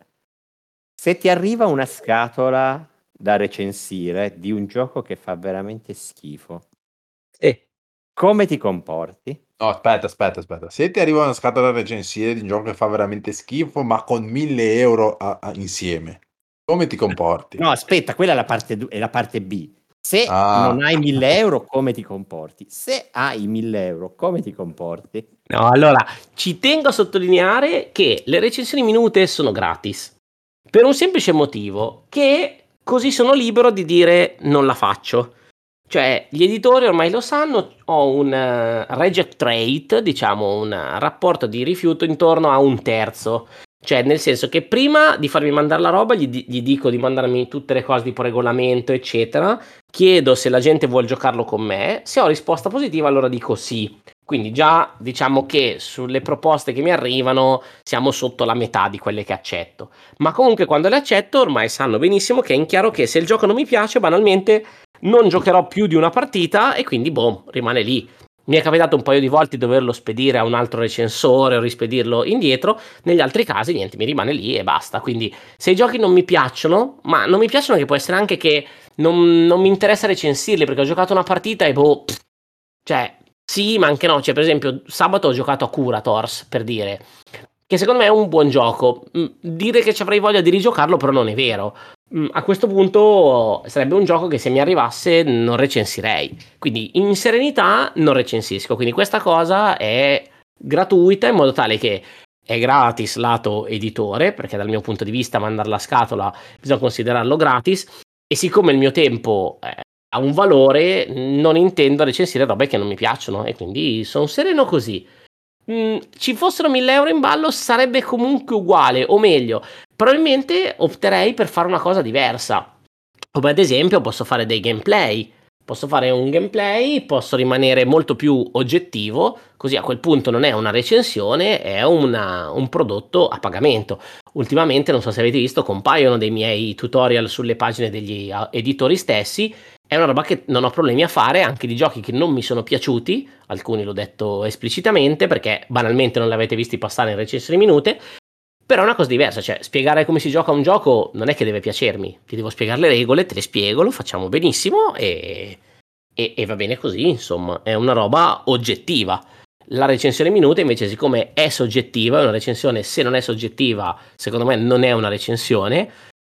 se ti arriva una scatola da recensire di un gioco che fa veramente schifo, Sì. come ti comporti? No, aspetta, aspetta, aspetta. Se ti arriva una scatola da recensire di un gioco che fa veramente schifo, ma con mille euro a- a- insieme, come ti comporti? No, aspetta, quella è la parte, du- è la parte B. Se Ah. non hai mille euro, come ti comporti? Se hai mille euro, come ti comporti? No, allora, ci tengo a sottolineare che le recensioni minute sono gratis. Per un semplice motivo, che così sono libero di dire non la faccio. Cioè, gli editori ormai lo sanno, ho un eh, reject rate, diciamo un eh, rapporto di rifiuto intorno a un terzo. Cioè, nel senso che prima di farmi mandare la roba, gli, di- gli dico di mandarmi tutte le cose tipo regolamento, eccetera. Chiedo se la gente vuole giocarlo con me. Se ho risposta positiva, allora dico sì. Quindi già diciamo che sulle proposte che mi arrivano siamo sotto la metà di quelle che accetto. Ma comunque quando le accetto ormai sanno benissimo che è in chiaro che se il gioco non mi piace, banalmente non giocherò più di una partita e quindi boh, rimane lì. Mi è capitato un paio di volte di doverlo spedire a un altro recensore o rispedirlo indietro, negli altri casi niente, mi rimane lì e basta. Quindi se i giochi non mi piacciono, ma non mi piacciono che può essere anche che non, non mi interessa recensirli perché ho giocato una partita e boh, pff, cioè sì, ma anche no. Cioè, per esempio, sabato ho giocato a Curators, per dire, che secondo me è un buon gioco. Mm, dire che ci avrei voglia di rigiocarlo, però non è vero. Mm, a questo punto sarebbe un gioco che se mi arrivasse non recensirei. Quindi in serenità non recensisco. Quindi questa cosa è gratuita in modo tale che è gratis lato editore, perché dal mio punto di vista mandare la scatola bisogna considerarlo gratis. E siccome il mio tempo eh, ha un valore, non intendo recensire robe che non mi piacciono e quindi sono sereno così. Mm, ci fossero mille euro in ballo sarebbe comunque uguale, o meglio, probabilmente opterei per fare una cosa diversa. Come ad esempio posso fare dei gameplay, posso fare un gameplay, posso rimanere molto più oggettivo, così a quel punto non è una recensione, è una- un prodotto a pagamento. Ultimamente, non so se avete visto, compaiono dei miei tutorial sulle pagine degli uh, editori stessi. È una roba che non ho problemi a fare, anche di giochi che non mi sono piaciuti, alcuni l'ho detto esplicitamente perché banalmente non li avete visti passare in recensioni minute, però è una cosa diversa, cioè spiegare come si gioca un gioco non è che deve piacermi, ti devo spiegare le regole, te le spiego, lo facciamo benissimo e, e, e va bene così, insomma, è una roba oggettiva. La recensione minute invece, siccome è soggettiva, è una recensione, se non è soggettiva secondo me non è una recensione,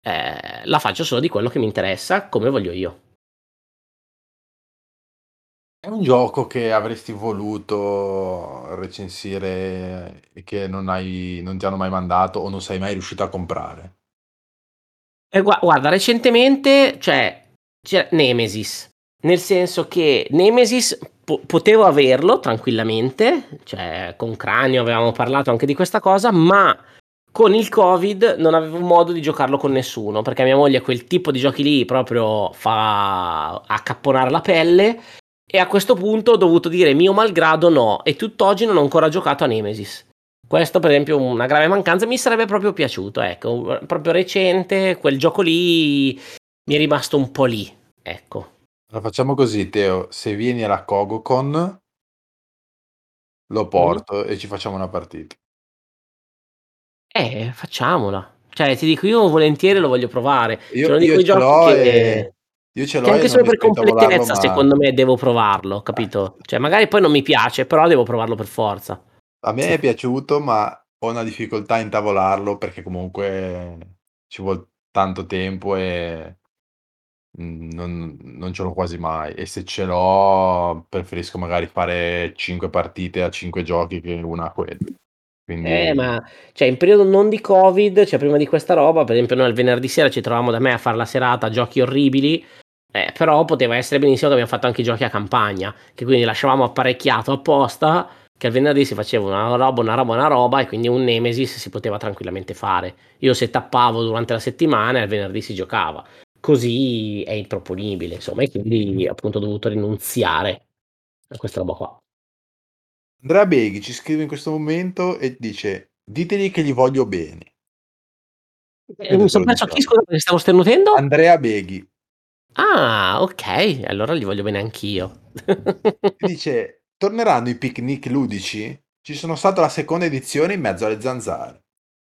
eh, la faccio solo di quello che mi interessa, come voglio io. È un gioco che avresti voluto recensire e che non hai non ti hanno mai mandato o non sei mai riuscito a comprare? E gua- guarda, recentemente, cioè, c'è Nemesis, nel senso che Nemesis po- potevo averlo tranquillamente, cioè con Cranio avevamo parlato anche di questa cosa, ma con il Covid non avevo modo di giocarlo con nessuno, perché mia moglie quel tipo di giochi lì proprio fa accapponare la pelle, e a questo punto ho dovuto dire mio malgrado no, e tutt'oggi non ho ancora giocato a Nemesis. Questo per esempio è una grave mancanza, mi sarebbe proprio piaciuto, ecco, proprio recente, quel gioco lì mi è rimasto un po' lì, ecco. Allora facciamo così Teo, se vieni alla Cogocon lo porto e ci facciamo una partita. Eh, facciamola. Cioè, ti dico, io volentieri lo voglio provare. C'è Io uno di io quei ce giochi l'ho che, e io ce che l'ho e anche non solo mi per spentavolarlo completezza, secondo mai. me, devo provarlo, capito? Cioè, magari poi non mi piace, però devo provarlo per forza. A me è piaciuto, ma ho una difficoltà a intavolarlo perché comunque ci vuol tanto tempo e Mhmm, non non ce l'ho quasi mai e se ce l'ho preferisco magari fare cinque partite a cinque giochi che una a quello. Eh, Quindi ma cioè, in periodo non di Covid, cioè prima di questa roba, per esempio, noi il venerdì sera ci trovavamo da me a fare la serata, giochi orribili. Eh, però poteva essere benissimo che abbiamo fatto anche i giochi a campagna, che quindi lasciavamo apparecchiato apposta, che al venerdì si faceva una roba, una roba, una roba, e quindi un Nemesis si poteva tranquillamente fare. Io se tappavo durante la settimana e al venerdì si giocava. così è improponibile, insomma, e quindi appunto ho dovuto rinunziare a questa roba qua. Andrea Beghi ci scrive in questo momento e dice: ditegli che gli voglio bene. Eh, mi sono perso chi, scusa, perché stavo sternutendo? Andrea Beghi. Ah, ok, allora gli voglio bene anch'io. Dice: torneranno i picnic ludici? Ci sono stato la seconda edizione in mezzo alle zanzare.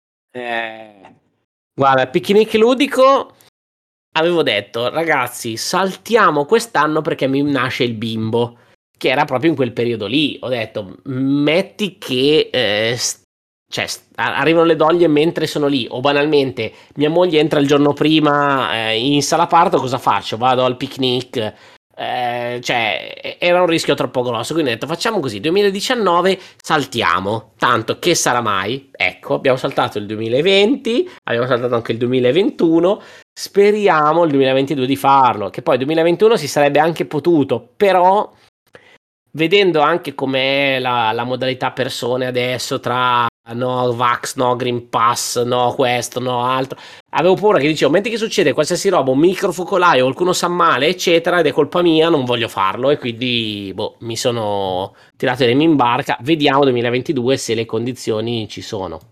Eh, guarda, picnic ludico, avevo detto, ragazzi, saltiamo quest'anno perché mi nasce il bimbo, che era proprio in quel periodo lì. Ho detto, metti che eh, st- cioè, st- arrivano le doglie mentre sono lì, o banalmente mia moglie entra il giorno prima eh, in sala parto, cosa faccio? Vado al picnic. Eh, cioè, era un rischio troppo grosso, quindi ho detto facciamo così, duemiladiciannove saltiamo, tanto che sarà mai? Ecco, abbiamo saltato il duemilaventi, abbiamo saltato anche il duemilaventuno, speriamo il duemilaventidue di farlo, che poi il duemilaventuno si sarebbe anche potuto, però vedendo anche com'è la, la modalità persone adesso tra no Vax, no Green Pass, no questo, no altro, avevo paura che dicevo, metti che succede qualsiasi roba, un microfocolaio, qualcuno sa male, eccetera, ed è colpa mia, non voglio farlo, e quindi boh, mi sono tirato le remi in barca. Vediamo duemilaventidue se le condizioni ci sono.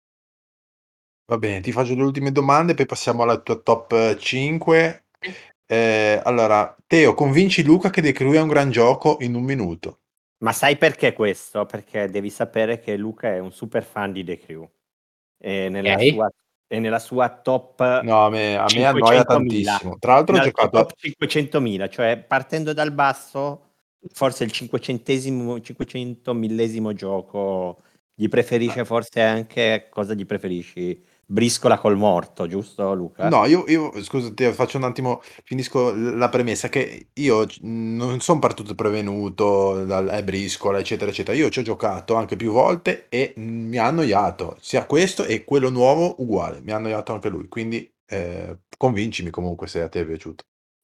Va bene, ti faccio le ultime domande, poi passiamo alla tua top cinque. Eh, allora, Teo, convinci Luca che The Crew è un gran gioco in un minuto. Ma sai perché questo? Perché devi sapere che Luca è un super fan di The Crew e nella, Ok. sua, e nella sua top No, a me, a me annoia cinquecentomila. tantissimo. Tra l'altro ho Nella sua giocato... top cinquecentomila, cioè partendo dal basso, forse il cinquecentesimo, cinquecentomillesimo gioco. Gli preferisce forse anche, cosa gli preferisci? Briscola col morto, giusto Luca? No, io, io scusa, Teo, faccio un attimo, finisco l- la premessa che io c- non sono partito prevenuto dal eh, briscola, eccetera, eccetera. Io ci ho giocato anche più volte e mm, mi ha annoiato, sia questo e quello nuovo uguale, mi ha annoiato anche lui, quindi eh, convincimi comunque se a te è piaciuto.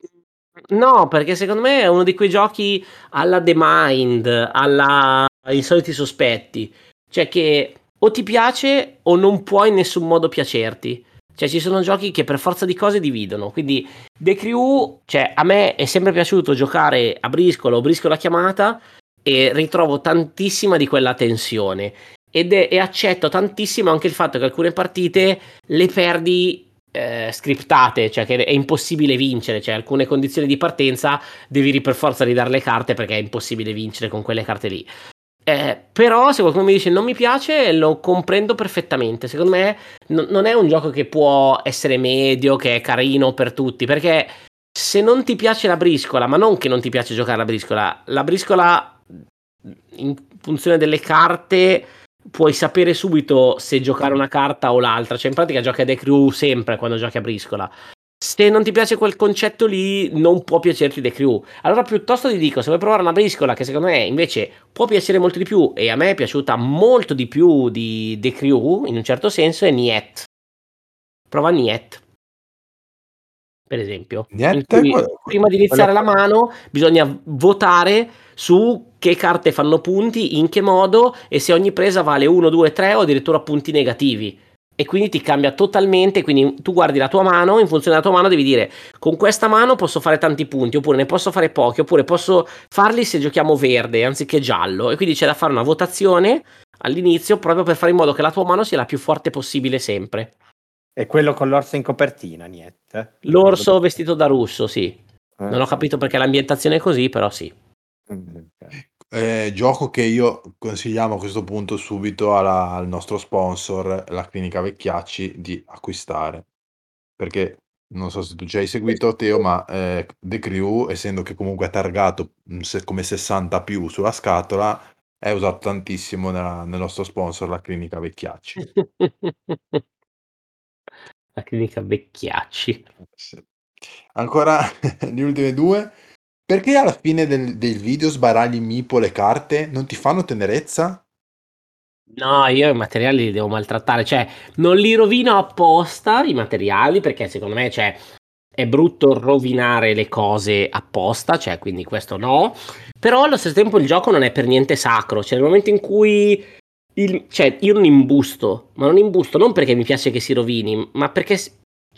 No, perché secondo me è uno di quei giochi alla The Mind, alla I soliti sospetti. Cioè che o ti piace o non può in nessun modo piacerti. Cioè ci sono giochi che per forza di cose dividono. Quindi The Crew, cioè a me è sempre piaciuto giocare a briscola o briscola chiamata e ritrovo tantissima di quella tensione. Ed è, e accetto tantissimo anche il fatto che alcune partite le perdi eh, scriptate, cioè che è impossibile vincere, cioè alcune condizioni di partenza devi per forza ridare le carte perché è impossibile vincere con quelle carte lì. Eh, però se qualcuno mi dice non mi piace, lo comprendo perfettamente. Secondo me n- non è un gioco che può essere medio, che è carino per tutti, perché se non ti piace la briscola, ma non che non ti piace giocare a briscola, la briscola in funzione delle carte puoi sapere subito se giocare una carta o l'altra, cioè in pratica giochi a The Crew sempre quando giochi a briscola. Se non ti piace quel concetto lì, non può piacerti The Crew. Allora piuttosto ti dico, se vuoi provare una briscola che secondo me invece può piacere molto di più, e a me è piaciuta molto di più di The Crew, in un certo senso, è Niet. Prova Niet, per esempio, in Niente, cui quello- prima di iniziare la mano bisogna votare su che carte fanno punti, in che modo, e se ogni presa vale uno, due, tre o addirittura punti negativi. E quindi ti cambia totalmente, quindi tu guardi la tua mano, in funzione della tua mano devi dire con questa mano posso fare tanti punti, oppure ne posso fare pochi, oppure posso farli se giochiamo verde anziché giallo, e quindi c'è da fare una votazione all'inizio proprio per fare in modo che la tua mano sia la più forte possibile sempre. E quello con l'orso in copertina, niente. L'orso vestito da russo, sì. Ah, Non ho sì. capito perché l'ambientazione è così, però sì. Mm, ok. Eh, gioco che io consigliamo a questo punto subito alla- al nostro sponsor, la Clinica Vecchiacci, di acquistare. Perché non so se tu ci hai seguito, Teo, ma eh, The Crew, essendo che comunque è targato mm, se- come sessanta più sulla scatola, è usato tantissimo nella- nel nostro sponsor, la Clinica Vecchiacci. La clinica Vecchiacci. Sì. Ancora le ultime due. Perché alla fine del, del video sbaragli Mipo le carte? Non ti fanno tenerezza? No, io i materiali li devo maltrattare, cioè non li rovino apposta i materiali perché secondo me, cioè, è brutto rovinare le cose apposta, cioè quindi questo no, però allo stesso tempo il gioco non è per niente sacro, cioè nel momento in cui il, cioè io non imbusto, ma non imbusto non perché mi piace che si rovini, ma perché cioè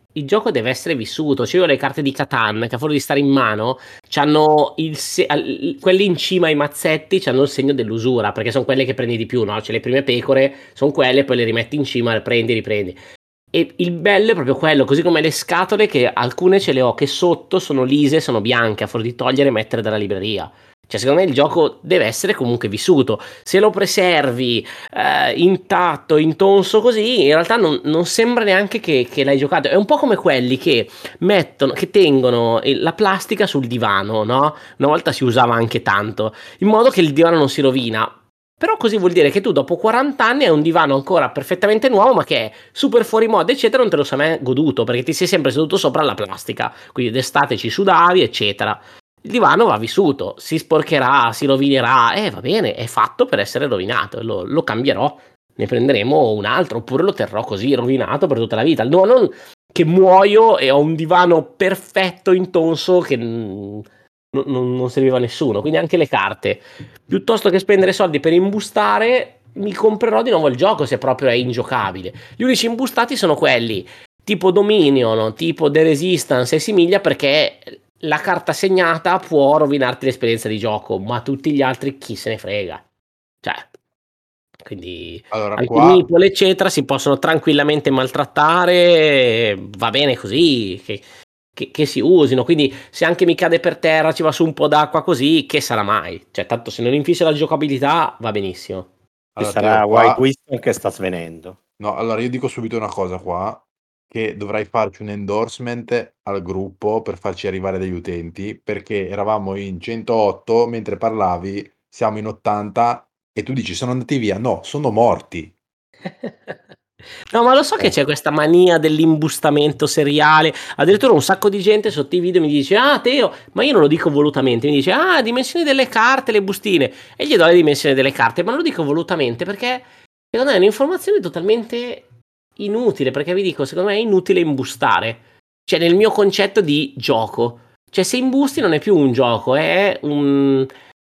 il gioco deve essere vissuto. Cioè io ho le carte di Catan che a fuori di stare in mano c'hanno il se- al- quelli in cima ai mazzetti c'hanno il segno dell'usura, perché sono quelle che prendi di più, no? Cioè le prime pecore sono quelle, poi le rimetti in cima, le prendi, riprendi. E il bello è proprio quello, così come le scatole, che alcune ce le ho che sotto sono lise, sono bianche, a fuori di togliere e mettere dalla libreria. Cioè secondo me il gioco deve essere comunque vissuto. Se lo preservi eh, intatto, intonso così, in realtà non, non sembra neanche che, che l'hai giocato. È un po' come quelli che mettono, che tengono il- la plastica sul divano, no? Una volta si usava anche tanto, in modo che il divano non si rovina. Però così vuol dire che tu dopo quaranta anni hai un divano ancora perfettamente nuovo, ma che è super fuori moda, eccetera, non te lo sei mai goduto, perché ti sei sempre seduto sopra la plastica. Quindi d'estate ci sudavi, eccetera. Il divano va vissuto, si sporcherà, si rovinerà, e eh, va bene, è fatto per essere rovinato, lo, lo cambierò, ne prenderemo un altro, oppure lo terrò così rovinato per tutta la vita. No, non che muoio e ho un divano perfetto, intonso, che mm, non, non, non serviva a nessuno. Quindi anche le carte, piuttosto che spendere soldi per imbustare, mi comprerò di nuovo il gioco se proprio è ingiocabile. Gli unici imbustati sono quelli tipo Dominion, tipo The Resistance e simiglia, perché la carta segnata può rovinarti l'esperienza di gioco, ma tutti gli altri chi se ne frega. Cioè, quindi Allora, anche qua Meeple, eccetera, si possono tranquillamente maltrattare, va bene così, che, che, che si usino. Quindi se anche mi cade per terra, ci va su un po' d'acqua così, che sarà mai? Cioè, tanto se non inficia la giocabilità, va benissimo. Ci allora, sarà Teo, White qua Wisdom che sta svenendo. no, allora io dico subito una cosa qua, che dovrai farci un endorsement al gruppo per farci arrivare degli utenti, perché eravamo in centootto, mentre parlavi siamo in ottanta e tu dici sono andati via. No, sono morti. No, ma lo so che Eh. c'è questa mania dell'imbustamento seriale. Addirittura un sacco di gente sotto i video mi dice: Ah, Teo, ma io non lo dico volutamente. Mi dice: Ah, dimensioni delle carte, le bustine. E gli do le dimensioni delle carte, ma non lo dico volutamente perché secondo me è un'informazione totalmente inutile. Perché vi dico, secondo me è inutile imbustare. Cioè, nel mio concetto di gioco. Cioè, se imbusti non è più un gioco, è un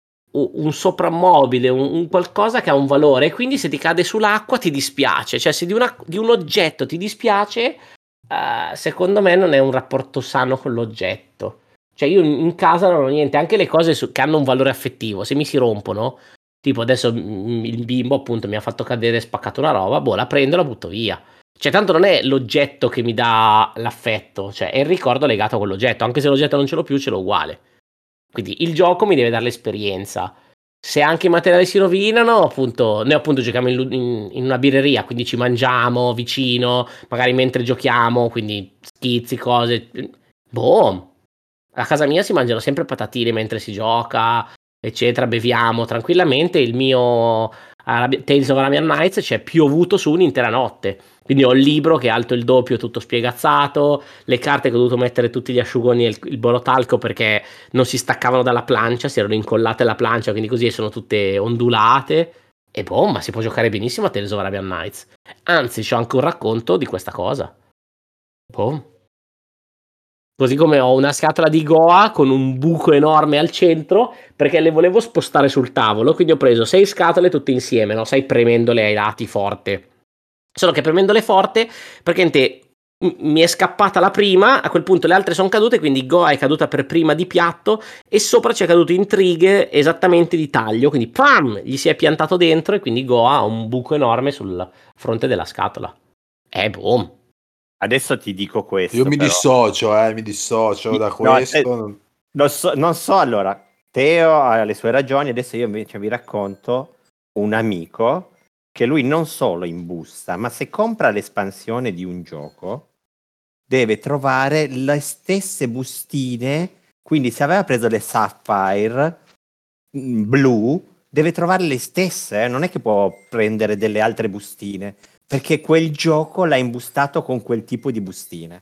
un soprammobile, un, un qualcosa che ha un valore, e quindi se ti cade sull'acqua ti dispiace, cioè se di, una, di un oggetto ti dispiace, uh, secondo me non è un rapporto sano con l'oggetto. Cioè io in, in casa non ho niente, anche le cose su, che hanno un valore affettivo, se mi si rompono, tipo adesso mm, il bimbo appunto mi ha fatto cadere e spaccato una roba, boh, la prendo e la butto via. Cioè tanto non è l'oggetto che mi dà l'affetto, cioè è il ricordo legato a quell'oggetto, anche se l'oggetto non ce l'ho più, ce l'ho uguale. Quindi il gioco mi deve dare l'esperienza. Se anche i materiali si rovinano, appunto, noi appunto giochiamo in, in- in una birreria, quindi ci mangiamo vicino, magari mentre giochiamo, quindi schizzi, cose. Boh, a casa mia si mangiano sempre patatine mentre si gioca, eccetera, beviamo tranquillamente. Il mio Arab- Tales of Arabian Nights ci è piovuto su un'intera notte. Quindi ho il libro che è alto il doppio, tutto spiegazzato, le carte che ho dovuto mettere tutti gli asciugoni e il, il borotalco perché non si staccavano dalla plancia, si erano incollate alla plancia, quindi così sono tutte ondulate. E boh, ma si può giocare benissimo a Tales of Arabian Nights. Anzi, c'ho anche un racconto di questa cosa. Boh. Così come ho una scatola di Goa con un buco enorme al centro perché le volevo spostare sul tavolo. Quindi ho preso sei scatole tutte insieme, no? Sai, premendole ai lati forte. Solo che premendole forte, praticamente m- mi è scappata la prima, a quel punto le altre sono cadute, quindi Goa è caduta per prima di piatto e sopra c'è caduto in trighe esattamente di taglio, quindi pam, gli si è piantato dentro e quindi Goa ha un buco enorme sul fronte della scatola. Eh, boom. Adesso ti dico questo. Io mi però. dissocio, eh, mi dissocio da No, questo. eh, non- non so, non so, allora, Teo ha le sue ragioni, adesso io invece vi racconto un amico che lui non solo imbusta, ma se compra l'espansione di un gioco, deve trovare le stesse bustine, quindi se aveva preso le Sapphire mm, blu, deve trovare le stesse, eh, non è che può prendere delle altre bustine, perché quel gioco l'ha imbustato con quel tipo di bustine.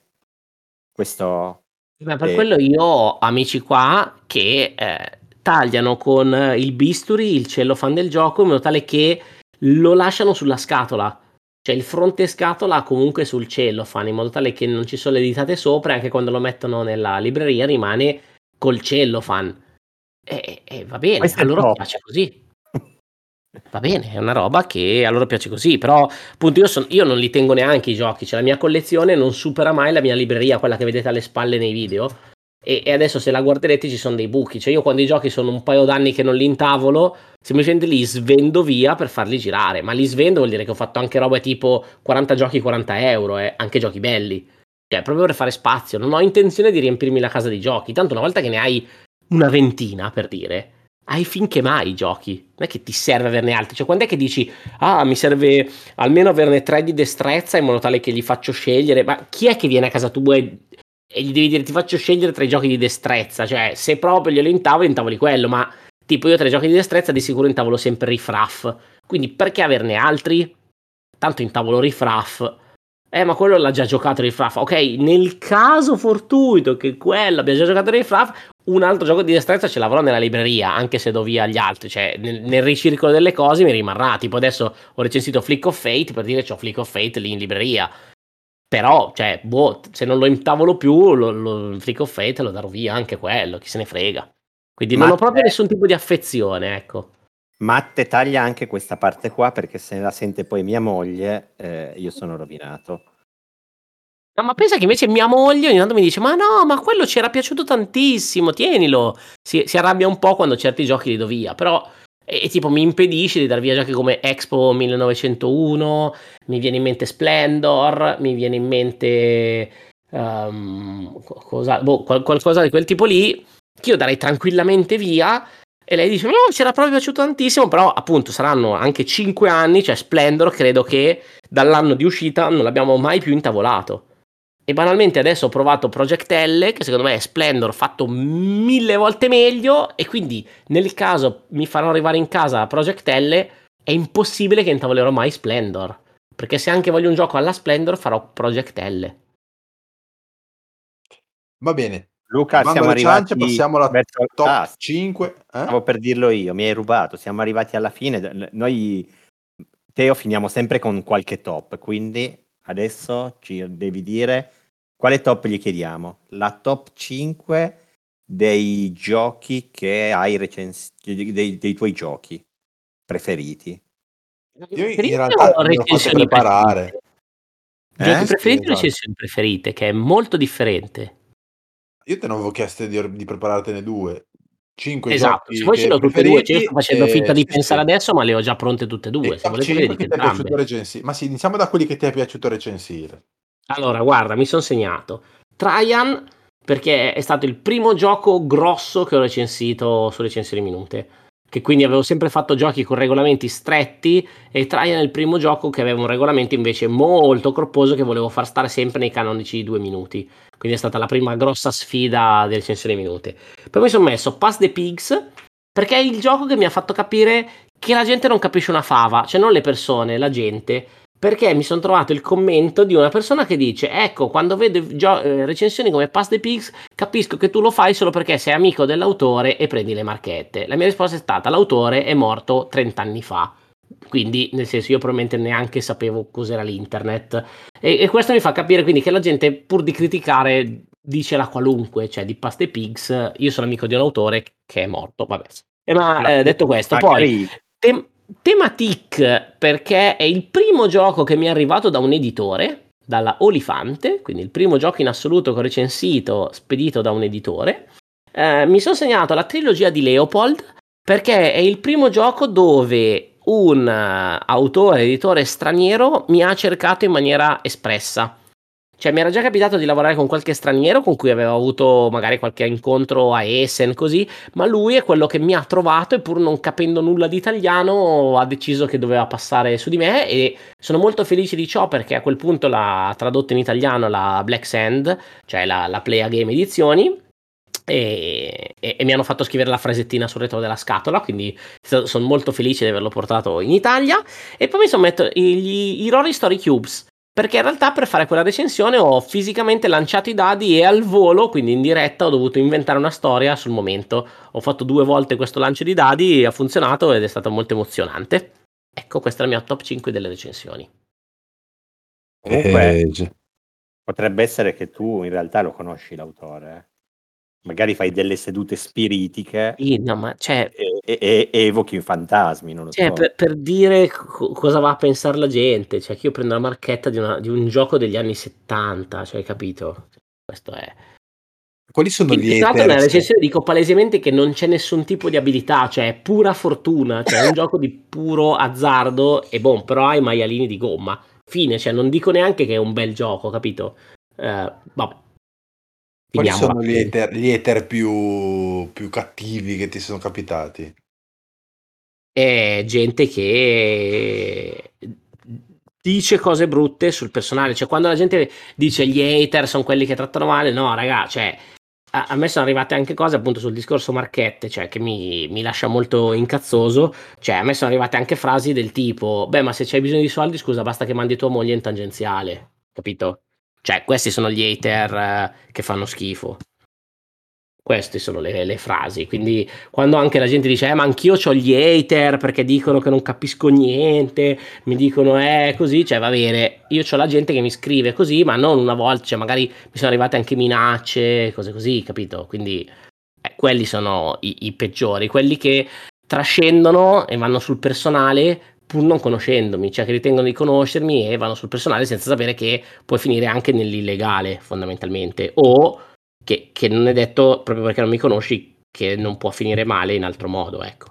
Questo Beh, per è... quello io ho amici qua che eh, tagliano con il bisturi il cellophane del gioco in modo tale che lo lasciano sulla scatola. Cioè il fronte scatola comunque sul cellophane, in modo tale che non ci sono le ditate sopra e anche quando lo mettono nella libreria rimane col cellophane. E, e va bene, Questo a è loro top. piace così. Va bene, è una roba che a loro piace così, però appunto io, son, io non li tengo neanche i giochi, cioè la mia collezione non supera mai la mia libreria, quella che vedete alle spalle nei video, e, e adesso se la guarderete ci sono dei buchi, cioè io quando i giochi sono un paio d'anni che non li intavolo, semplicemente li svendo via per farli girare, ma li svendo vuol dire che ho fatto anche robe tipo quaranta giochi, quaranta euro, eh, anche giochi belli, cioè proprio per fare spazio, non ho intenzione di riempirmi la casa di giochi, tanto una volta che ne hai una ventina per dire, hai finché mai i giochi, non è che ti serve averne altri, cioè quando è che dici ah mi serve almeno averne tre di destrezza in modo tale che li faccio scegliere, ma chi è che viene a casa tua e, e gli devi dire ti faccio scegliere tra i giochi di destrezza, cioè se proprio glielo intavoli intavoli quello, ma tipo io tra i giochi di destrezza di sicuro intavolo sempre Riff Raff, quindi perché averne altri? Tanto intavolo Riff Raff. Eh, ma quello l'ha già giocato Riff Raff. Ok, nel caso fortuito che quello abbia già giocato Riff Raff, un altro gioco di destrezza ce l'avrò nella libreria, anche se do via gli altri. Cioè, nel, nel ricircolo delle cose mi rimarrà. Tipo, adesso ho recensito Flick of Fate per dire che ho Flick of Fate lì in libreria. Però, cioè, boh, se non lo intavolo più, lo, lo, Flick of Fate lo darò via anche quello, chi se ne frega. Quindi non ho proprio nessun tipo di affezione, ecco. Matte taglia anche questa parte qua perché se la sente poi mia moglie, eh, io sono rovinato. No, ma pensa che invece mia moglie ogni tanto mi dice ma no, ma quello ci era piaciuto tantissimo, tienilo. Si, si arrabbia un po' quando certi giochi li do via, però e, e tipo mi impedisce di dar via giochi come Expo millenovecentouno, mi viene in mente Splendor, mi viene in mente um, cosa, boh, qual, qualcosa di quel tipo lì che io darei tranquillamente via. E lei dice no, ci era proprio piaciuto tantissimo, però appunto saranno anche cinque anni, cioè Splendor credo che dall'anno di uscita non l'abbiamo mai più intavolato. E banalmente adesso ho provato Project L, che secondo me è Splendor fatto mille volte meglio, e quindi nel caso mi faranno arrivare in casa Project L è impossibile che intavolerò mai Splendor, perché se anche voglio un gioco alla Splendor farò Project L. Va bene. Luca, Bando siamo alle ciance, arrivati passiamo alla verso top ah, cinque. Eh? Stavo per dirlo io, mi hai rubato, siamo arrivati alla fine. Noi, Teo, finiamo sempre con qualche top, quindi adesso ci devi dire quale top gli chiediamo. La top cinque dei giochi che hai recensito, dei, dei tuoi giochi preferiti. Io in realtà me lo fate preparare. Giochi Eh? preferiti Sì, o esatto. recensioni preferite, che è molto differente. Io te ne avevo chiesto di, di preparartene due. Cinque Esatto, giochi se vuoi ce che le ho tutte e due, cioè io sto preferiti. facendo finta eh, di sì, pensare sì. adesso, ma le ho già pronte tutte e due. E Se top volete ve le cinque dico che ti è piaciuto entrambe. recensire. Ma sì, iniziamo da quelli che ti è piaciuto recensire. Allora, guarda, mi sono segnato Traian perché è stato il primo gioco grosso che ho recensito su Recensioni Minute, che quindi avevo sempre fatto giochi con regolamenti stretti e Traian è il primo gioco che aveva un regolamento invece molto corposo che volevo far stare sempre nei canonici due minuti. Quindi è stata la prima grossa sfida di Recensioni Minute. Poi mi sono messo Pass the Pigs perché è il gioco che mi ha fatto capire che la gente non capisce una fava, cioè non le persone, la gente. Perché mi sono trovato il commento di una persona che dice ecco, quando vedo gio- eh, recensioni come Pass the Pigs capisco che tu lo fai solo perché sei amico dell'autore e prendi le marchette. La mia risposta è stata l'autore è morto trenta anni fa, quindi nel senso io probabilmente neanche sapevo cos'era l'internet e, e questo mi fa capire quindi che la gente pur di criticare dice la qualunque, cioè di Pass the Pigs io sono amico di un autore che è morto, vabbè. E ma eh, detto questo, poi tem- Thematic perché è il primo gioco che mi è arrivato da un editore, dalla Olifante, quindi il primo gioco in assoluto che ho recensito spedito da un editore. Eh, mi sono segnato la trilogia di Leopold perché è il primo gioco dove un uh, autore, editore straniero mi ha cercato in maniera espressa. Cioè mi era già capitato di lavorare con qualche straniero con cui avevo avuto magari qualche incontro a Essen così, ma lui è quello che mi ha trovato e pur non capendo nulla di italiano ha deciso che doveva passare su di me e sono molto felice di ciò perché a quel punto l'ha tradotto in italiano la Black Sand, cioè la, la Playa Game Edizioni. E, e, e mi hanno fatto scrivere la frasettina sul retro della scatola, quindi sono molto felice di averlo portato in Italia. E poi mi sono messo gli, i Rory Story Cubes perché in realtà per fare quella recensione ho fisicamente lanciato i dadi e al volo, quindi in diretta, ho dovuto inventare una storia sul momento. Ho fatto due volte questo lancio di dadi, ha funzionato ed è stato molto emozionante. Ecco, questa è la mia top cinque delle recensioni. Comunque, eh, potrebbe essere che tu in realtà lo conosci l'autore. Magari fai delle sedute spiritiche. Sì, no, ma cioè, e, e- e- evochi fantasmi, non lo Cioè, so. per, per dire co- cosa va a pensare la gente, cioè che io prendo la marchetta di, una- di un gioco degli anni settanta, cioè, capito? Questo è. Quali sono Quindi, gli tra l'altro, nella haters? recensione dico palesemente che non c'è nessun tipo di abilità, cioè è pura fortuna, cioè è un gioco di puro azzardo e boh, però hai maialini di gomma. Fine, cioè non dico neanche che è un bel gioco, capito? Eh, vabbè. Quali Finiamola sono gli qui. hater, gli hater più, più cattivi che ti sono capitati? È gente che dice cose brutte sul personale, cioè quando la gente dice gli hater sono quelli che trattano male, no raga, cioè a, a me sono arrivate anche cose appunto sul discorso marchette, cioè che mi, mi lascia molto incazzoso, cioè a me sono arrivate anche frasi del tipo, beh ma se c'hai bisogno di soldi scusa basta che mandi tua moglie in tangenziale, capito? Cioè questi sono gli hater eh, che fanno schifo. Queste sono le, le frasi, quindi quando anche la gente dice eh ma anch'io ho gli hater perché dicono che non capisco niente, mi dicono eh così, cioè va bene, io ho la gente che mi scrive così, ma non una volta, cioè magari mi sono arrivate anche minacce, cose così, capito? Quindi eh, quelli sono i, i peggiori, quelli che trascendono e vanno sul personale pur non conoscendomi, cioè che ritengono di conoscermi e vanno sul personale senza sapere che puoi finire anche nell'illegale fondamentalmente, o che, che non è detto proprio perché non mi conosci che non può finire male in altro modo, ecco.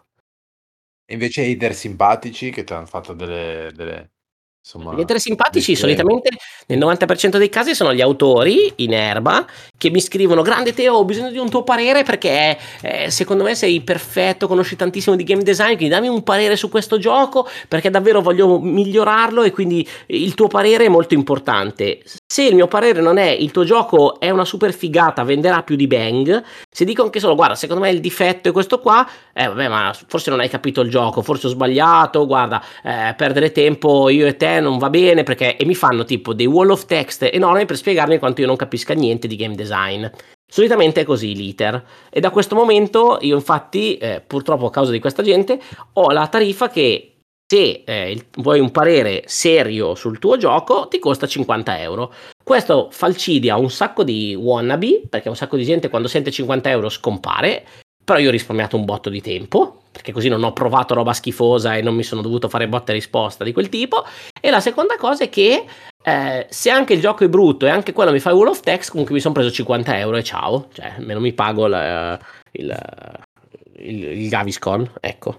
E invece hater simpatici che ti hanno fatto delle, delle Gli insomma, hater simpatici dei freni. solitamente nel novanta per cento dei casi sono gli autori in erba che mi scrivono grande Teo ho bisogno di un tuo parere perché eh, secondo me sei perfetto, conosci tantissimo di game design, quindi dammi un parere su questo gioco perché davvero voglio migliorarlo e quindi il tuo parere è molto importante. Se il mio parere non è il tuo gioco è una super figata, venderà più di Bang, se dico anche solo guarda secondo me il difetto è questo qua, eh vabbè ma forse non hai capito il gioco, forse ho sbagliato, guarda eh, perdere tempo io e te non va bene perché e mi fanno tipo dei wall of text enormi per spiegarmi quanto io non capisca niente di game design. Solitamente è così l'iter e da questo momento io infatti eh, purtroppo a causa di questa gente ho la tariffa che se eh, il- vuoi un parere serio sul tuo gioco ti costa cinquanta euro. Questo falcidia un sacco di wannabe perché un sacco di gente quando sente cinquanta euro scompare, però io ho risparmiato un botto di tempo perché così non ho provato roba schifosa e non mi sono dovuto fare botta e risposta di quel tipo. E la seconda cosa è che eh, se anche il gioco è brutto e anche quello mi fa il wall of text, comunque mi sono preso cinquanta euro e ciao, cioè almeno mi pago la- il, il, il Gaviscon, ecco.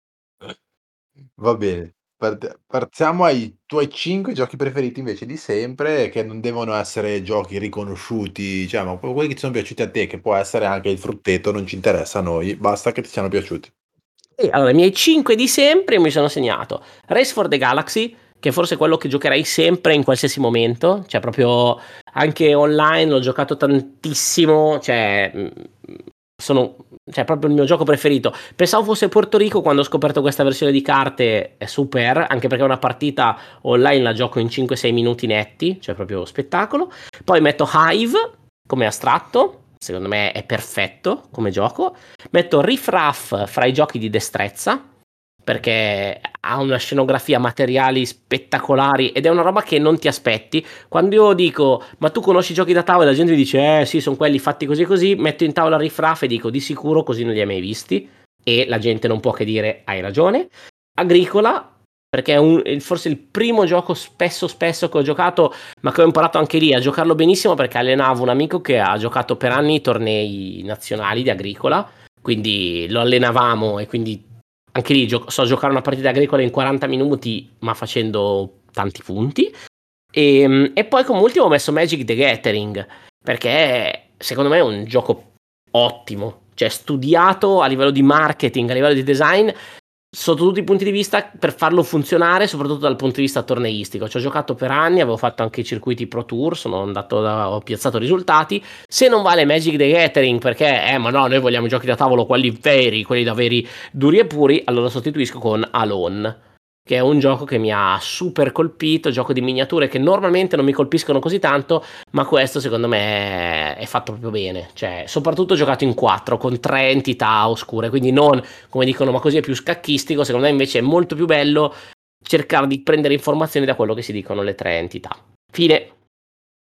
Va bene, Part- partiamo ai tuoi cinque giochi preferiti invece di sempre, che non devono essere giochi riconosciuti, cioè, ma proprio quelli che ti sono piaciuti a te, che può essere anche il frutteto, non ci interessa a noi, basta che ti siano piaciuti. E allora, i miei cinque di sempre mi sono segnato Race for the Galaxy, che forse è quello che giocherei sempre in qualsiasi momento, cioè proprio anche online l'ho giocato tantissimo, cioè mh, sono cioè proprio il mio gioco preferito. Pensavo fosse Porto Rico quando ho scoperto questa versione di carte, è super, anche perché una partita online la gioco in cinque sei minuti netti, cioè proprio spettacolo. Poi metto Hive come astratto, secondo me è perfetto come gioco. Metto Riff Raff fra i giochi di destrezza perché ha una scenografia, materiali spettacolari ed è una roba che non ti aspetti. Quando io dico ma tu conosci i giochi da tavola, la gente mi dice eh sì sono quelli fatti così e così, metto in tavola Riff Raff e dico di sicuro così non li hai mai visti e la gente non può che dire hai ragione. Agricola perché è un, è forse il primo gioco spesso spesso che ho giocato ma che ho imparato anche lì a giocarlo benissimo perché allenavo un amico che ha giocato per anni i tornei nazionali di Agricola, quindi lo allenavamo e quindi anche lì gio- so giocare una partita agricola in quaranta minuti ma facendo tanti punti e, e poi come ultimo ho messo Magic the Gathering perché secondo me è un gioco ottimo, cioè studiato a livello di marketing, a livello di design sotto tutti i punti di vista per farlo funzionare, soprattutto dal punto di vista torneistico. Ci ho giocato per anni, avevo fatto anche i circuiti Pro Tour, sono andato da, ho piazzato risultati. Se non vale Magic the Gathering perché eh ma no, noi vogliamo i giochi da tavolo quelli veri, quelli da veri duri e puri, allora sostituisco con Alone, che è un gioco che mi ha super colpito, gioco di miniature che normalmente non mi colpiscono così tanto, ma questo secondo me è fatto proprio bene, cioè soprattutto giocato in quattro con tre entità oscure, quindi non come dicono ma così è più scacchistico, secondo me invece è molto più bello cercare di prendere informazioni da quello che si dicono le tre entità. Fine.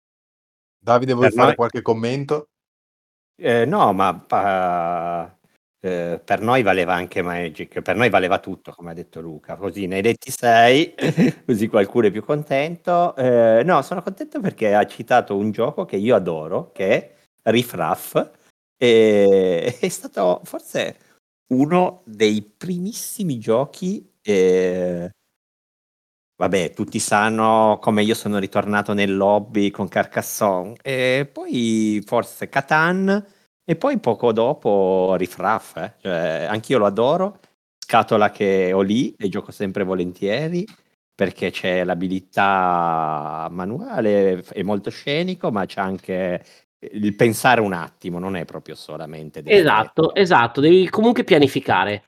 Davide, vuoi Per fare noi- qualche commento? Eh, no, ma eh, per noi valeva anche Magic, per noi valeva tutto, come ha detto Luca, così ne hai detti sei, così qualcuno è più contento. Eh, no, sono contento perché ha citato un gioco che io adoro, che è Riff Raff, e è stato forse uno dei primissimi giochi. Eh, vabbè, tutti sanno come io sono ritornato nel lobby con Carcassonne, e poi forse Catan, e poi poco dopo Riff Raff, eh. Cioè, anch'io lo adoro, scatola che ho lì e gioco sempre volentieri, perché c'è l'abilità manuale, è molto scenico, ma c'è anche il pensare un attimo, non è proprio solamente Esatto, destrezza. esatto, devi comunque pianificare.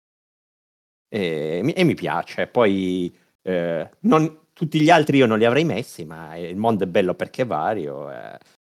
E, mi- e mi piace. Poi eh, non, tutti gli altri io non li avrei messi, ma il mondo è bello perché è vario. eh.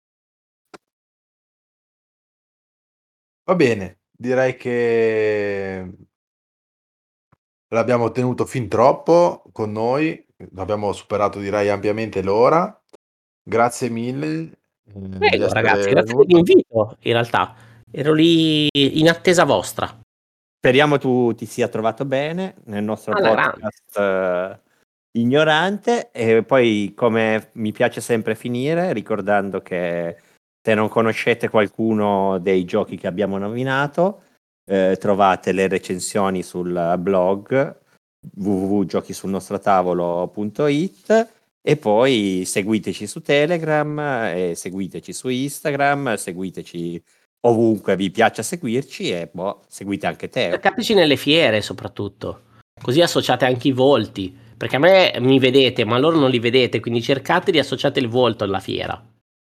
Va bene, direi che l'abbiamo tenuto fin troppo con noi, abbiamo superato direi ampiamente l'ora. Grazie mille eh, di Prego, ragazzi, essere grazie venuti. dell'invito. In realtà ero lì in attesa vostra. Speriamo tu ti sia trovato bene nel nostro Alla grande. podcast eh, ignorante. E poi, come mi piace sempre finire, ricordando che se non conoscete qualcuno dei giochi che abbiamo nominato, eh, trovate le recensioni sul blog w w w punto giochi sul nostro tavolo punto it, e poi seguiteci su Telegram, e seguiteci su Instagram, seguiteci ovunque vi piaccia seguirci, e boh, seguite anche Teo. Cercateci nelle fiere soprattutto, così associate anche i volti, perché a me mi vedete ma loro non li vedete, quindi cercate di associare il volto alla fiera.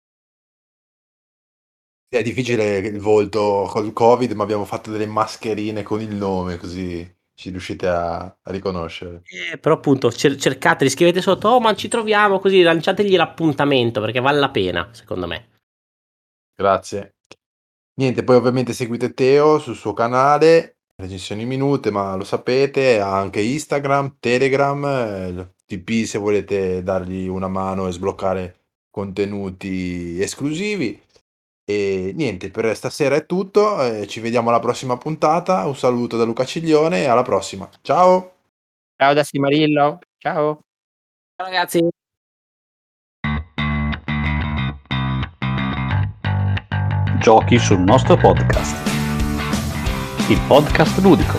È difficile il volto col Covid, ma abbiamo fatto delle mascherine con il nome, così ci riuscite a, a riconoscere. Eh, però appunto cer- cercate, scrivete sotto, oh ma ci troviamo, così lanciategli l'appuntamento perché vale la pena secondo me. Grazie. Niente, poi ovviamente seguite Teo sul suo canale, recensioni minute, ma lo sapete, ha anche Instagram, Telegram, eh, T P se volete dargli una mano e sbloccare contenuti esclusivi. E niente, per stasera è tutto, eh, ci vediamo alla prossima puntata, un saluto da Luca Ciglione e alla prossima. Ciao! Ciao da Simarillo, ciao! Ciao ragazzi. Giochi sul nostro podcast. Il podcast ludico.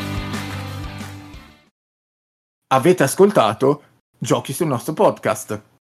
Avete ascoltato Giochi sul nostro podcast.